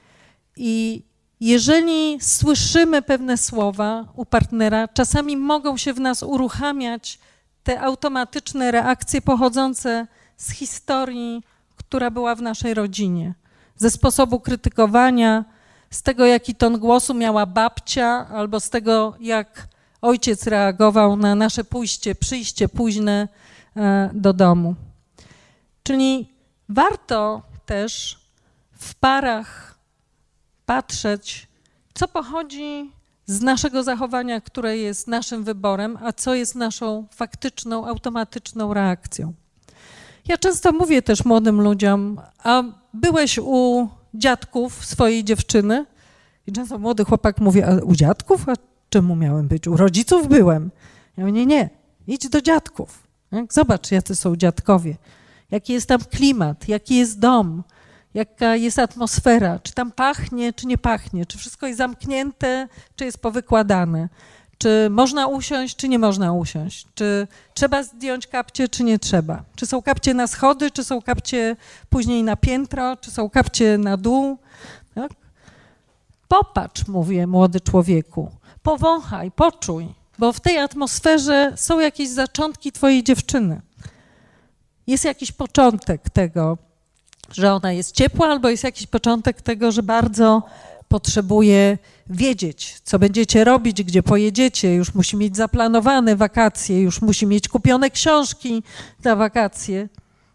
[SPEAKER 1] I jeżeli słyszymy pewne słowa u partnera, czasami mogą się w nas uruchamiać te automatyczne reakcje pochodzące z historii, która była w naszej rodzinie, ze sposobu krytykowania, z tego, jaki ton głosu miała babcia, albo z tego, jak ojciec reagował na nasze pójście, przyjście późne do domu. Czyli warto też w parach patrzeć, co pochodzi z naszego zachowania, które jest naszym wyborem, a co jest naszą faktyczną, automatyczną reakcją. Ja często mówię też młodym ludziom, a byłeś u dziadków swojej dziewczyny? I często młody chłopak mówi, a u dziadków? A czemu miałem być? U rodziców byłem. Ja mówię, nie, nie, idź do dziadków. Zobacz, jacy są dziadkowie. Jaki jest tam klimat, jaki jest dom, jaka jest atmosfera, czy tam pachnie, czy nie pachnie, czy wszystko jest zamknięte, czy jest powykładane, czy można usiąść, czy nie można usiąść, czy trzeba zdjąć kapcie, czy nie trzeba, czy są kapcie na schody, czy są kapcie później na piętro, czy są kapcie na dół. Tak? Popatrz, mówię, młody człowieku, powąchaj, poczuj, bo w tej atmosferze są jakieś zaczątki twojej dziewczyny. Jest jakiś początek tego, że ona jest ciepła, albo jest jakiś początek tego, że bardzo potrzebuje wiedzieć, co będziecie robić, gdzie pojedziecie, już musi mieć zaplanowane wakacje, już musi mieć kupione książki na wakacje.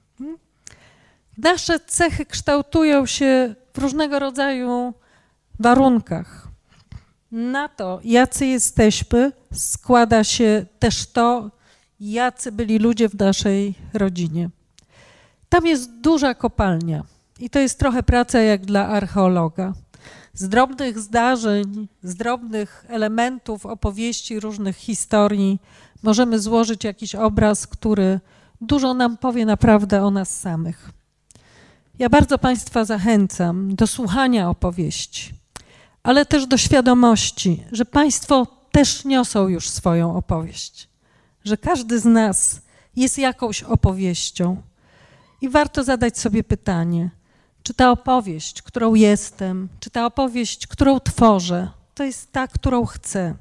[SPEAKER 1] Nasze cechy kształtują się w różnego rodzaju warunkach. Na to, jacy jesteśmy, składa się też to, jacy byli ludzie w naszej rodzinie. Tam jest duża kopalnia i to jest trochę praca jak dla archeologa. Z drobnych zdarzeń, z drobnych elementów opowieści, różnych historii możemy złożyć jakiś obraz, który dużo nam powie naprawdę o nas samych. Ja bardzo Państwa zachęcam do słuchania opowieści, ale też do świadomości, że Państwo też niosą już swoją opowieść, że każdy z nas jest jakąś opowieścią i warto zadać sobie pytanie, czy ta opowieść, którą jestem, czy ta opowieść, którą tworzę, to jest ta, którą chcę.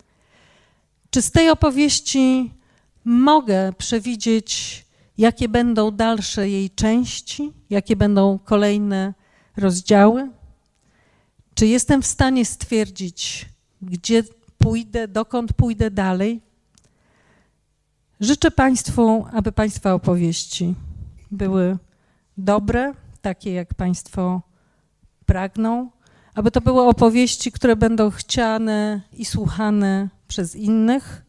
[SPEAKER 1] Czy z tej opowieści mogę przewidzieć, jakie będą dalsze jej części, jakie będą kolejne rozdziały? Czy jestem w stanie stwierdzić, gdzie pójdę, dokąd pójdę dalej? Życzę Państwu, aby Państwa opowieści były dobre, takie jak Państwo pragną, aby to były opowieści, które będą chciane i słuchane przez innych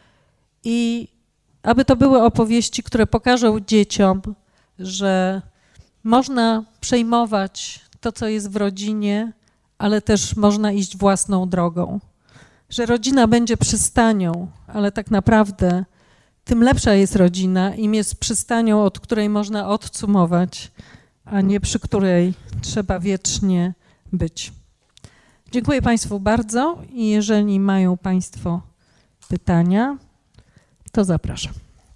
[SPEAKER 1] i aby to były opowieści, które pokażą dzieciom, że można przejmować to, co jest w rodzinie, ale też można iść własną drogą. Że rodzina będzie przystanią, ale tak naprawdę tym lepsza jest rodzina, im jest przystanią, od której można odcumować, a nie przy której trzeba wiecznie być. Dziękuję Państwu bardzo i jeżeli mają Państwo pytania, to zapraszam.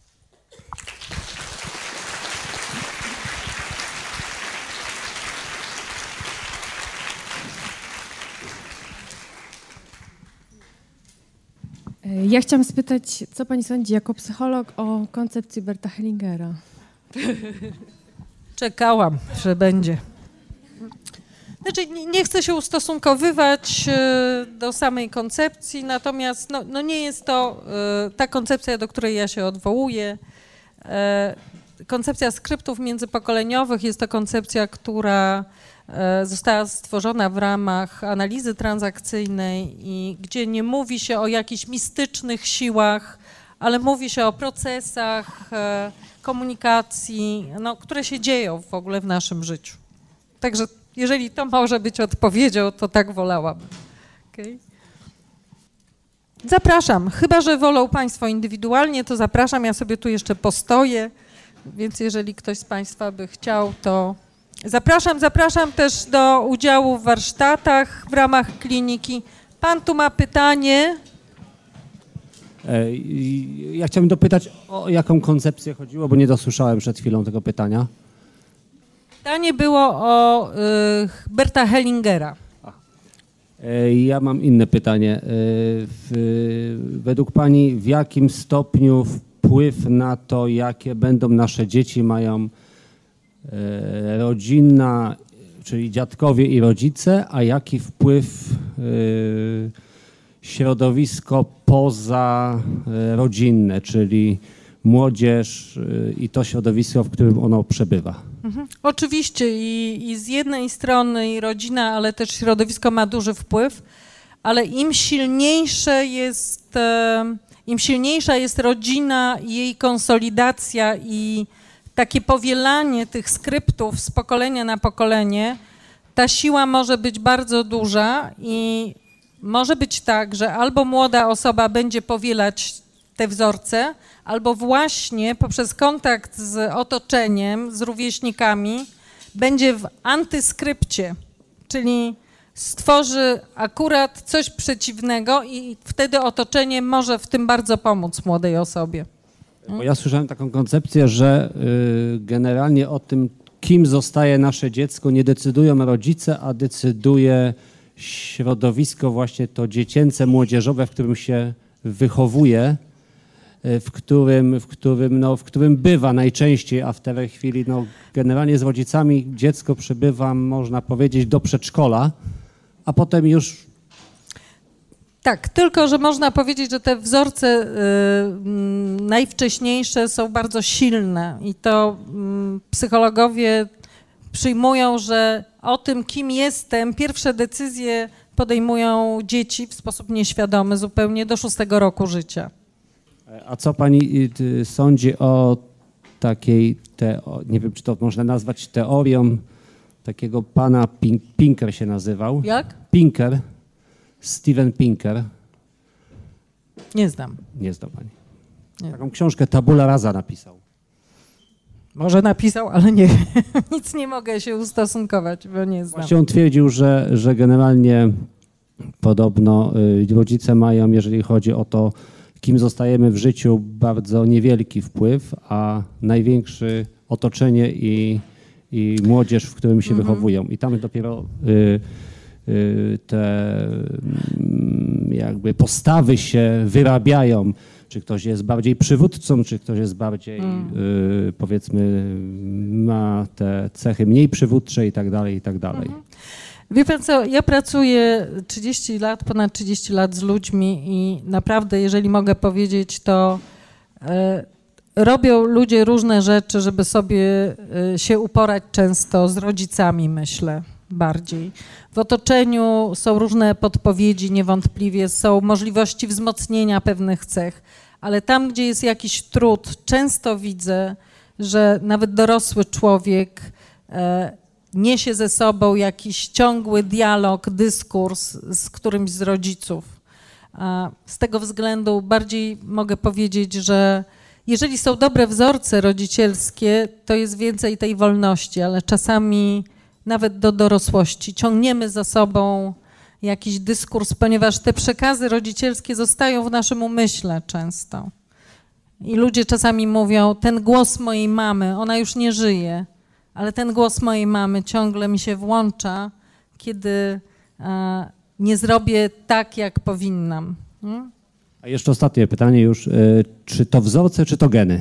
[SPEAKER 2] Ja chciałam spytać, co Pani sądzi jako psycholog o koncepcji Berta Hellingera?
[SPEAKER 1] Czekałam, że będzie. Znaczy, nie, nie chcę się ustosunkowywać do samej koncepcji, natomiast no, no nie jest to ta koncepcja, do której ja się odwołuję. Koncepcja skryptów międzypokoleniowych jest to koncepcja, która została stworzona w ramach analizy transakcyjnej i gdzie nie mówi się o jakichś mistycznych siłach, ale mówi się o procesach komunikacji, no, które się dzieją w ogóle w naszym życiu. Także jeżeli to może być odpowiedzią, to tak wolałabym. Okay. Zapraszam, chyba że wolą Państwo indywidualnie, to zapraszam, ja sobie tu jeszcze postoję, więc jeżeli ktoś z Państwa by chciał, to zapraszam. Zapraszam też do udziału w warsztatach w ramach kliniki. Pan tu ma pytanie.
[SPEAKER 3] Ja chciałbym dopytać, o jaką koncepcję chodziło, bo nie dosłyszałem przed chwilą tego pytania.
[SPEAKER 1] Pytanie było o y, Berta Hellingera.
[SPEAKER 3] Ja mam inne pytanie. W, według Pani w jakim stopniu wpływ na to, jakie będą nasze dzieci, mają rodzina, czyli dziadkowie i rodzice, a jaki wpływ środowisko pozarodzinne, czyli młodzież i to środowisko, w którym ono przebywa?
[SPEAKER 1] Mhm. Oczywiście i, i z jednej strony i rodzina, ale też środowisko ma duży wpływ, ale im silniejsze jest, im silniejsza jest rodzina i jej konsolidacja i takie powielanie tych skryptów z pokolenia na pokolenie, ta siła może być bardzo duża i może być tak, że albo młoda osoba będzie powielać te wzorce, albo właśnie poprzez kontakt z otoczeniem, z rówieśnikami będzie w antyskrypcie, czyli stworzy akurat coś przeciwnego i wtedy otoczenie może w tym bardzo pomóc młodej osobie.
[SPEAKER 3] Bo ja słyszałem taką koncepcję, że y, generalnie o tym, kim zostaje nasze dziecko, nie decydują rodzice, a decyduje środowisko właśnie to dziecięce, młodzieżowe, w którym się wychowuje, w którym, w którym, no, w którym bywa najczęściej, a w tej chwili no, generalnie z rodzicami dziecko przebywa, można powiedzieć, do przedszkola, a potem już...
[SPEAKER 1] Tak, tylko że można powiedzieć, że te wzorce y, y, najwcześniejsze są bardzo silne i to y, psychologowie przyjmują, że o tym, kim jestem, pierwsze decyzje podejmują dzieci w sposób nieświadomy zupełnie do szóstego roku życia.
[SPEAKER 3] A co Pani sądzi o takiej, teo, nie wiem, czy to można nazwać teorią, takiego pana Pink, Pinker się nazywał.
[SPEAKER 1] Jak?
[SPEAKER 3] Pinker, Steven Pinker.
[SPEAKER 1] Nie znam.
[SPEAKER 3] Nie zna Pani.
[SPEAKER 1] Nie.
[SPEAKER 3] Taką książkę Tabula Rasa napisał.
[SPEAKER 1] Może napisał, ale nie, nic nie mogę się ustosunkować, bo nie znam.
[SPEAKER 3] Właśnie on twierdził, że, że generalnie podobno y, rodzice mają, jeżeli chodzi o to, kim zostajemy w życiu, bardzo niewielki wpływ, a największy otoczenie i, i młodzież, w którym się mhm. wychowują. I tam dopiero y, y, te y, jakby postawy się wyrabiają. Czy ktoś jest bardziej przywódcą, czy ktoś jest bardziej, mm. y, powiedzmy, ma te cechy mniej przywódcze i tak dalej, i tak dalej. Mhm.
[SPEAKER 1] Wie pan co, ja pracuję trzydzieści lat, ponad trzydzieści lat z ludźmi i naprawdę, jeżeli mogę powiedzieć, to y, robią ludzie różne rzeczy, żeby sobie y, się uporać często z rodzicami, myślę, bardziej. W otoczeniu są różne podpowiedzi, niewątpliwie są możliwości wzmocnienia pewnych cech, ale tam, gdzie jest jakiś trud, często widzę, że nawet dorosły człowiek y, niesie ze sobą jakiś ciągły dialog, dyskurs z którymś z rodziców. Z tego względu bardziej mogę powiedzieć, że jeżeli są dobre wzorce rodzicielskie, to jest więcej tej wolności, ale czasami nawet do dorosłości ciągniemy za sobą jakiś dyskurs, ponieważ te przekazy rodzicielskie zostają w naszym umyśle często. I ludzie czasami mówią, ten głos mojej mamy, ona już nie żyje, ale ten głos mojej mamy ciągle mi się włącza, kiedy e, nie zrobię tak, jak powinnam. Hmm?
[SPEAKER 3] A jeszcze ostatnie pytanie już, czy to wzorce, czy to geny?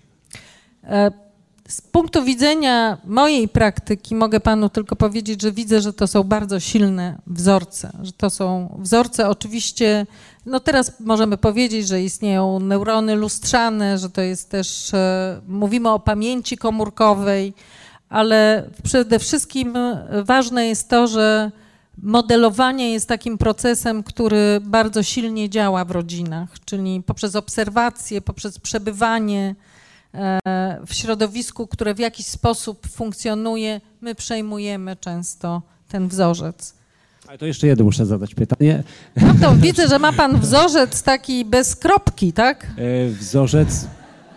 [SPEAKER 1] Z punktu widzenia mojej praktyki mogę panu tylko powiedzieć, że widzę, że to są bardzo silne wzorce, że to są wzorce oczywiście, no teraz możemy powiedzieć, że istnieją neurony lustrzane, że to jest też, mówimy o pamięci komórkowej, ale przede wszystkim ważne jest to, że modelowanie jest takim procesem, który bardzo silnie działa w rodzinach, czyli poprzez obserwacje, poprzez przebywanie w środowisku, które w jakiś sposób funkcjonuje, my przejmujemy często ten wzorzec.
[SPEAKER 3] Ale to jeszcze jedno muszę zadać pytanie.
[SPEAKER 1] No to widzę, że ma pan wzorzec taki bez kropki, tak?
[SPEAKER 3] Wzorzec...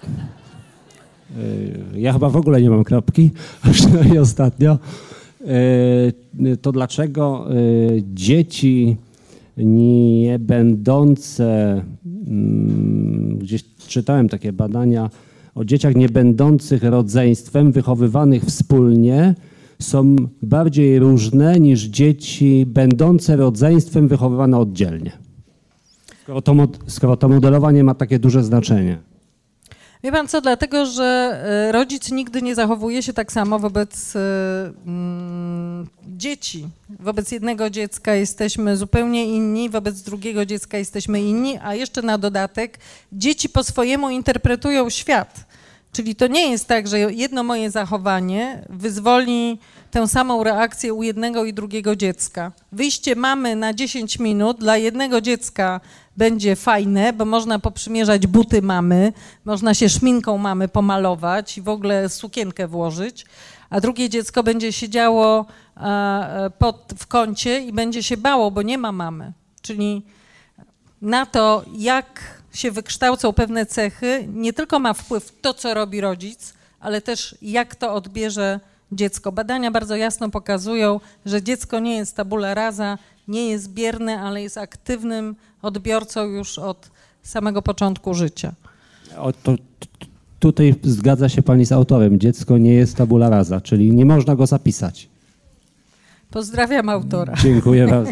[SPEAKER 3] Ja chyba w ogóle nie mam kropki, przynajmniej ostatnio. To dlaczego dzieci nie będące, gdzieś czytałem takie badania o dzieciach nie będących rodzeństwem, wychowywanych wspólnie, są bardziej różne niż dzieci będące rodzeństwem, wychowywane oddzielnie. Skoro to, skoro to modelowanie ma takie duże znaczenie.
[SPEAKER 1] Wie pan co, dlatego, że rodzic nigdy nie zachowuje się tak samo wobec mm, dzieci. Wobec jednego dziecka jesteśmy zupełnie inni, wobec drugiego dziecka jesteśmy inni, a jeszcze na dodatek dzieci po swojemu interpretują świat. Czyli to nie jest tak, że jedno moje zachowanie wyzwoli tę samą reakcję u jednego i drugiego dziecka. Wyjście mamy na dziesięć minut dla jednego dziecka będzie fajne, bo można poprzymierzać buty mamy, można się szminką mamy pomalować i w ogóle sukienkę włożyć, a drugie dziecko będzie siedziało pod, w kącie i będzie się bało, bo nie ma mamy. Czyli na to, jak się wykształcą pewne cechy, nie tylko ma wpływ to, co robi rodzic, ale też jak to odbierze dziecko. Badania bardzo jasno pokazują, że dziecko nie jest tabula rasa, nie jest bierne, ale jest aktywnym odbiorcą już od samego początku życia.
[SPEAKER 3] O, to, to, tutaj zgadza się pani z autorem. Dziecko nie jest tabula rasa, czyli nie można go zapisać.
[SPEAKER 1] Pozdrawiam autora.
[SPEAKER 3] Dziękuję bardzo.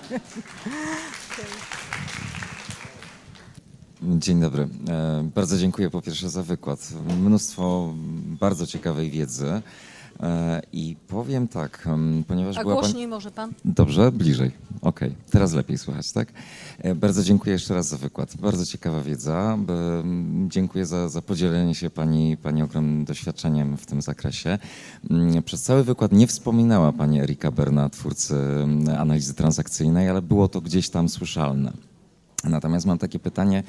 [SPEAKER 4] Dzień dobry. Bardzo dziękuję po pierwsze za wykład. Mnóstwo bardzo ciekawej wiedzy. I powiem tak, ponieważ
[SPEAKER 1] A
[SPEAKER 4] była
[SPEAKER 1] głośniej
[SPEAKER 4] pani...
[SPEAKER 1] może pan?
[SPEAKER 4] Dobrze, bliżej. Okej, okay. Teraz lepiej słychać, tak? Bardzo dziękuję jeszcze raz za wykład. Bardzo ciekawa wiedza. Dziękuję za, za podzielenie się pani, pani ogromnym doświadczeniem w tym zakresie. Przez cały wykład nie wspominała pani Erika Berna, twórcy analizy transakcyjnej, ale było to gdzieś tam słyszalne. Natomiast mam takie pytanie,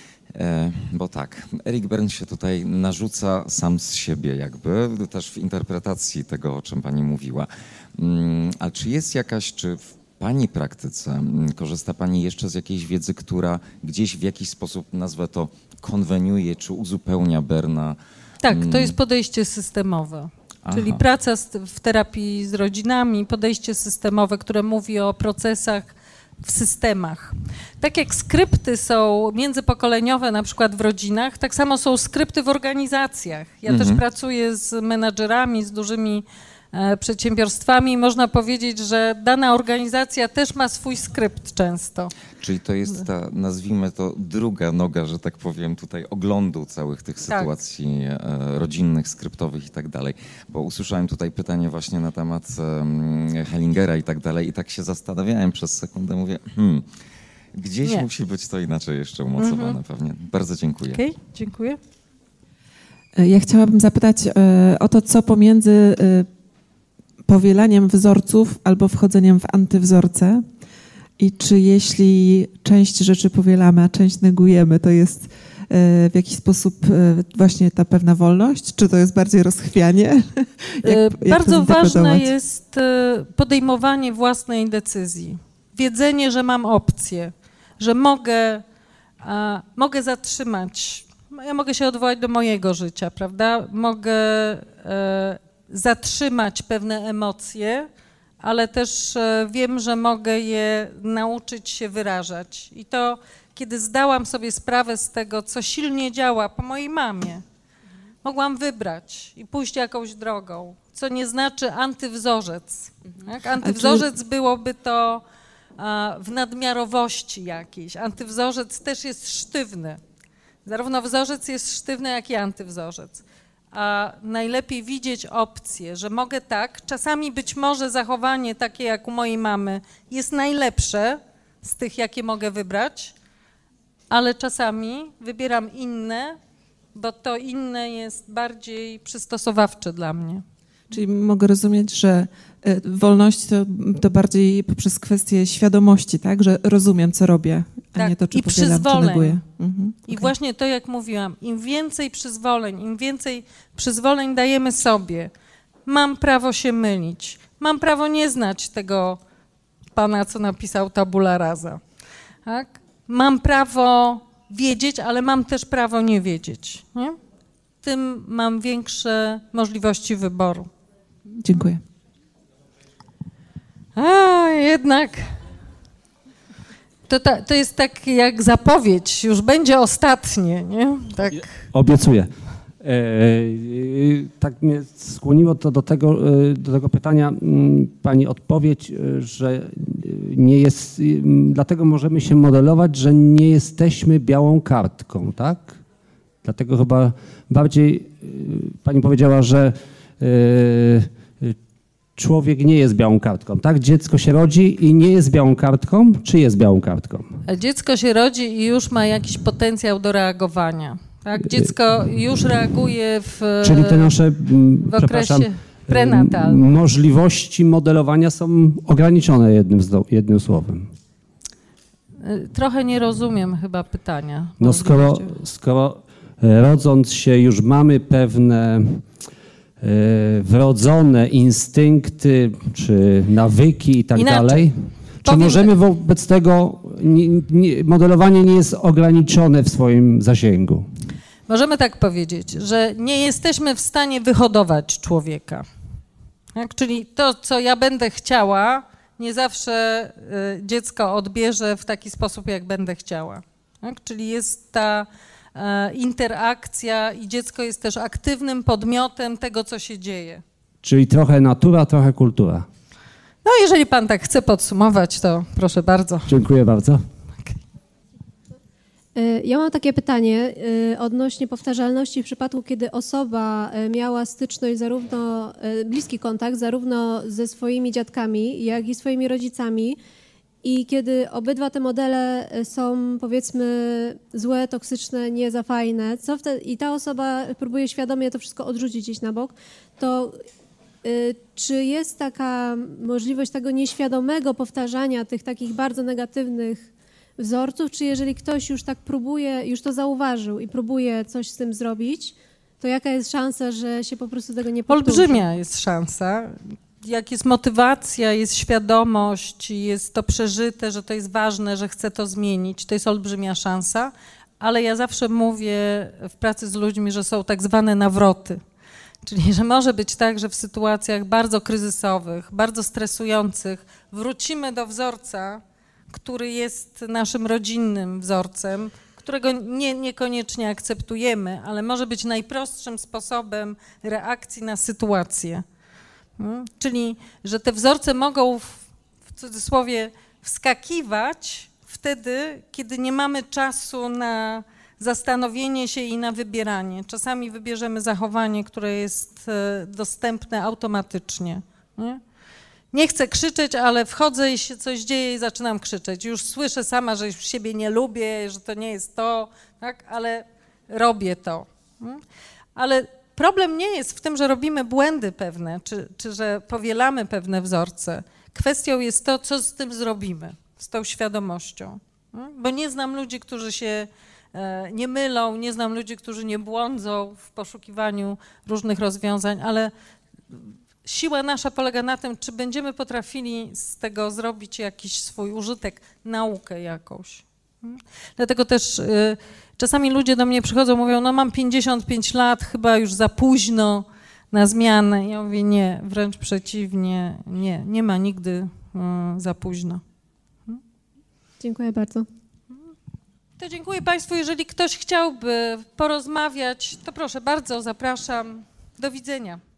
[SPEAKER 4] bo tak, Erik Bern się tutaj narzuca sam z siebie jakby, też w interpretacji tego, o czym pani mówiła. Ale czy jest jakaś, czy w pani praktyce korzysta pani jeszcze z jakiejś wiedzy, która gdzieś w jakiś sposób, nazwę to, konweniuje czy uzupełnia Berna?
[SPEAKER 1] Tak, to jest podejście systemowe.
[SPEAKER 4] Aha.
[SPEAKER 1] Czyli praca w terapii z rodzinami, podejście systemowe, które mówi o procesach w systemach. Tak jak skrypty są międzypokoleniowe na przykład w rodzinach, tak samo są skrypty w organizacjach. Ja
[SPEAKER 4] mhm.
[SPEAKER 1] też pracuję z menadżerami, z dużymi e, przedsiębiorstwami i można powiedzieć, że dana organizacja też ma swój skrypt często.
[SPEAKER 4] Czyli to jest ta, nazwijmy to, druga noga, że tak powiem, tutaj oglądu całych tych sytuacji tak. e, rodzinnych, skryptowych i tak dalej. Bo usłyszałem tutaj pytanie właśnie na temat e, Hellingera i tak dalej i tak się zastanawiałem przez sekundę, mówię, hmm, gdzieś Nie. musi być to inaczej jeszcze umocowane mhm. pewnie. Bardzo dziękuję.
[SPEAKER 1] Okej, okay, dziękuję.
[SPEAKER 5] Ja chciałabym zapytać e, o to, co pomiędzy e, powielaniem wzorców albo wchodzeniem w antywzorce. I czy jeśli część rzeczy powielamy, a część negujemy, to jest w jakiś sposób właśnie ta pewna wolność? Czy to jest bardziej rozchwianie? Jak,
[SPEAKER 1] Bardzo
[SPEAKER 5] jak
[SPEAKER 1] ważne jest podejmowanie własnej decyzji. Wiedzenie, że mam opcję, że mogę, a, mogę zatrzymać, ja mogę się odwołać do mojego życia, prawda? Mogę e, zatrzymać pewne emocje, ale też wiem, że mogę je nauczyć się wyrażać. I to, kiedy zdałam sobie sprawę z tego, co silnie działa po mojej mamie, mogłam wybrać i pójść jakąś drogą, co nie znaczy antywzorzec. Tak? Antywzorzec byłoby to a, w nadmiarowości jakiejś. Antywzorzec też jest sztywny. Zarówno wzorzec jest sztywny, jak i antywzorzec. A najlepiej widzieć opcję, że mogę tak, czasami być może zachowanie takie jak u mojej mamy jest najlepsze z tych, jakie mogę wybrać, ale czasami wybieram inne, bo to inne jest bardziej przystosowawcze dla mnie.
[SPEAKER 5] Czyli mogę rozumieć, że wolność to, to bardziej poprzez kwestię świadomości, tak? Że rozumiem, co robię, a
[SPEAKER 1] tak.
[SPEAKER 5] nie to, czy
[SPEAKER 1] I
[SPEAKER 5] powielam, czy neguję. Mhm.
[SPEAKER 1] I
[SPEAKER 5] Okay.
[SPEAKER 1] właśnie to, jak mówiłam, im więcej przyzwoleń, im więcej przyzwoleń dajemy sobie, mam prawo się mylić, mam prawo nie znać tego pana, co napisał tabula rasa, tak? Mam prawo wiedzieć, ale mam też prawo nie wiedzieć, nie? Tym mam większe możliwości wyboru.
[SPEAKER 5] Dziękuję.
[SPEAKER 1] A, jednak to, ta, to jest tak jak zapowiedź, już będzie ostatnie, nie? Tak.
[SPEAKER 3] Obiecuję. E, tak mnie skłoniło to do tego, do tego pytania pani odpowiedź, że nie jest, dlatego możemy się modelować, że nie jesteśmy białą kartką, tak? Dlatego chyba bardziej pani powiedziała, że człowiek nie jest białą kartką, tak? Dziecko się rodzi i nie jest białą kartką, czy jest białą kartką?
[SPEAKER 1] Dziecko się rodzi i już ma jakiś potencjał do reagowania. Tak? Dziecko już reaguje w,
[SPEAKER 3] Czyli te nasze,
[SPEAKER 1] w
[SPEAKER 3] przepraszam,
[SPEAKER 1] okresie prenatalnym.
[SPEAKER 3] Możliwości modelowania są ograniczone jednym, jednym słowem.
[SPEAKER 1] Trochę nie rozumiem chyba pytania.
[SPEAKER 3] No skoro, skoro rodząc się już mamy pewne wrodzone instynkty czy nawyki i tak
[SPEAKER 1] Inaczej.
[SPEAKER 3] dalej, czy
[SPEAKER 1] Powiem
[SPEAKER 3] możemy wobec tego, nie, nie, modelowanie nie jest ograniczone w swoim zasięgu?
[SPEAKER 1] Możemy tak powiedzieć, że nie jesteśmy w stanie wyhodować człowieka. Tak? Czyli to, co ja będę chciała, nie zawsze y, dziecko odbierze w taki sposób, jak będę chciała. Tak? Czyli jest ta y, interakcja i dziecko jest też aktywnym podmiotem tego, co się dzieje.
[SPEAKER 3] Czyli trochę natura, trochę kultura.
[SPEAKER 1] No jeżeli pan tak chce podsumować, to proszę bardzo.
[SPEAKER 3] Dziękuję bardzo.
[SPEAKER 2] Ja mam takie pytanie odnośnie powtarzalności w przypadku, kiedy osoba miała styczność, zarówno bliski kontakt, zarówno ze swoimi dziadkami, jak i swoimi rodzicami i kiedy obydwa te modele są, powiedzmy, złe, toksyczne, nie za fajne, co wtedy, i ta osoba próbuje świadomie to wszystko odrzucić gdzieś na bok, to czy jest taka możliwość tego nieświadomego powtarzania tych takich bardzo negatywnych wzorców, czy jeżeli ktoś już tak próbuje, już to zauważył i próbuje coś z tym zrobić, to jaka jest szansa, że się po prostu tego nie powtórzy?
[SPEAKER 1] Olbrzymia jest szansa. Jak jest motywacja, jest świadomość, jest to przeżyte, że to jest ważne, że chcę to zmienić, to jest olbrzymia szansa, ale ja zawsze mówię w pracy z ludźmi, że są tak zwane nawroty. Czyli, że może być tak, że w sytuacjach bardzo kryzysowych, bardzo stresujących wrócimy do wzorca, który jest naszym rodzinnym wzorcem, którego nie, niekoniecznie akceptujemy, ale może być najprostszym sposobem reakcji na sytuację. Hmm? Czyli, że te wzorce mogą w, w cudzysłowie wskakiwać wtedy, kiedy nie mamy czasu na zastanowienie się i na wybieranie. Czasami wybierzemy zachowanie, które jest dostępne automatycznie. Nie? Nie chcę krzyczeć, ale wchodzę i się coś dzieje i zaczynam krzyczeć. Już słyszę sama, że już siebie nie lubię, że to nie jest to, tak? Ale robię to. Ale problem nie jest w tym, że robimy błędy pewne, czy, czy że powielamy pewne wzorce. Kwestią jest to, co z tym zrobimy, z tą świadomością. Bo nie znam ludzi, którzy się nie mylą, nie znam ludzi, którzy nie błądzą w poszukiwaniu różnych rozwiązań, ale siła nasza polega na tym, czy będziemy potrafili z tego zrobić jakiś swój użytek, naukę jakąś. Dlatego też y, czasami ludzie do mnie przychodzą, mówią, no mam pięćdziesiąt pięć lat, chyba już za późno na zmianę. Ja mówię nie, wręcz przeciwnie, nie, nie ma nigdy y, za późno.
[SPEAKER 2] Dziękuję bardzo.
[SPEAKER 1] To dziękuję Państwu. Jeżeli ktoś chciałby porozmawiać, to proszę bardzo, zapraszam. Do widzenia.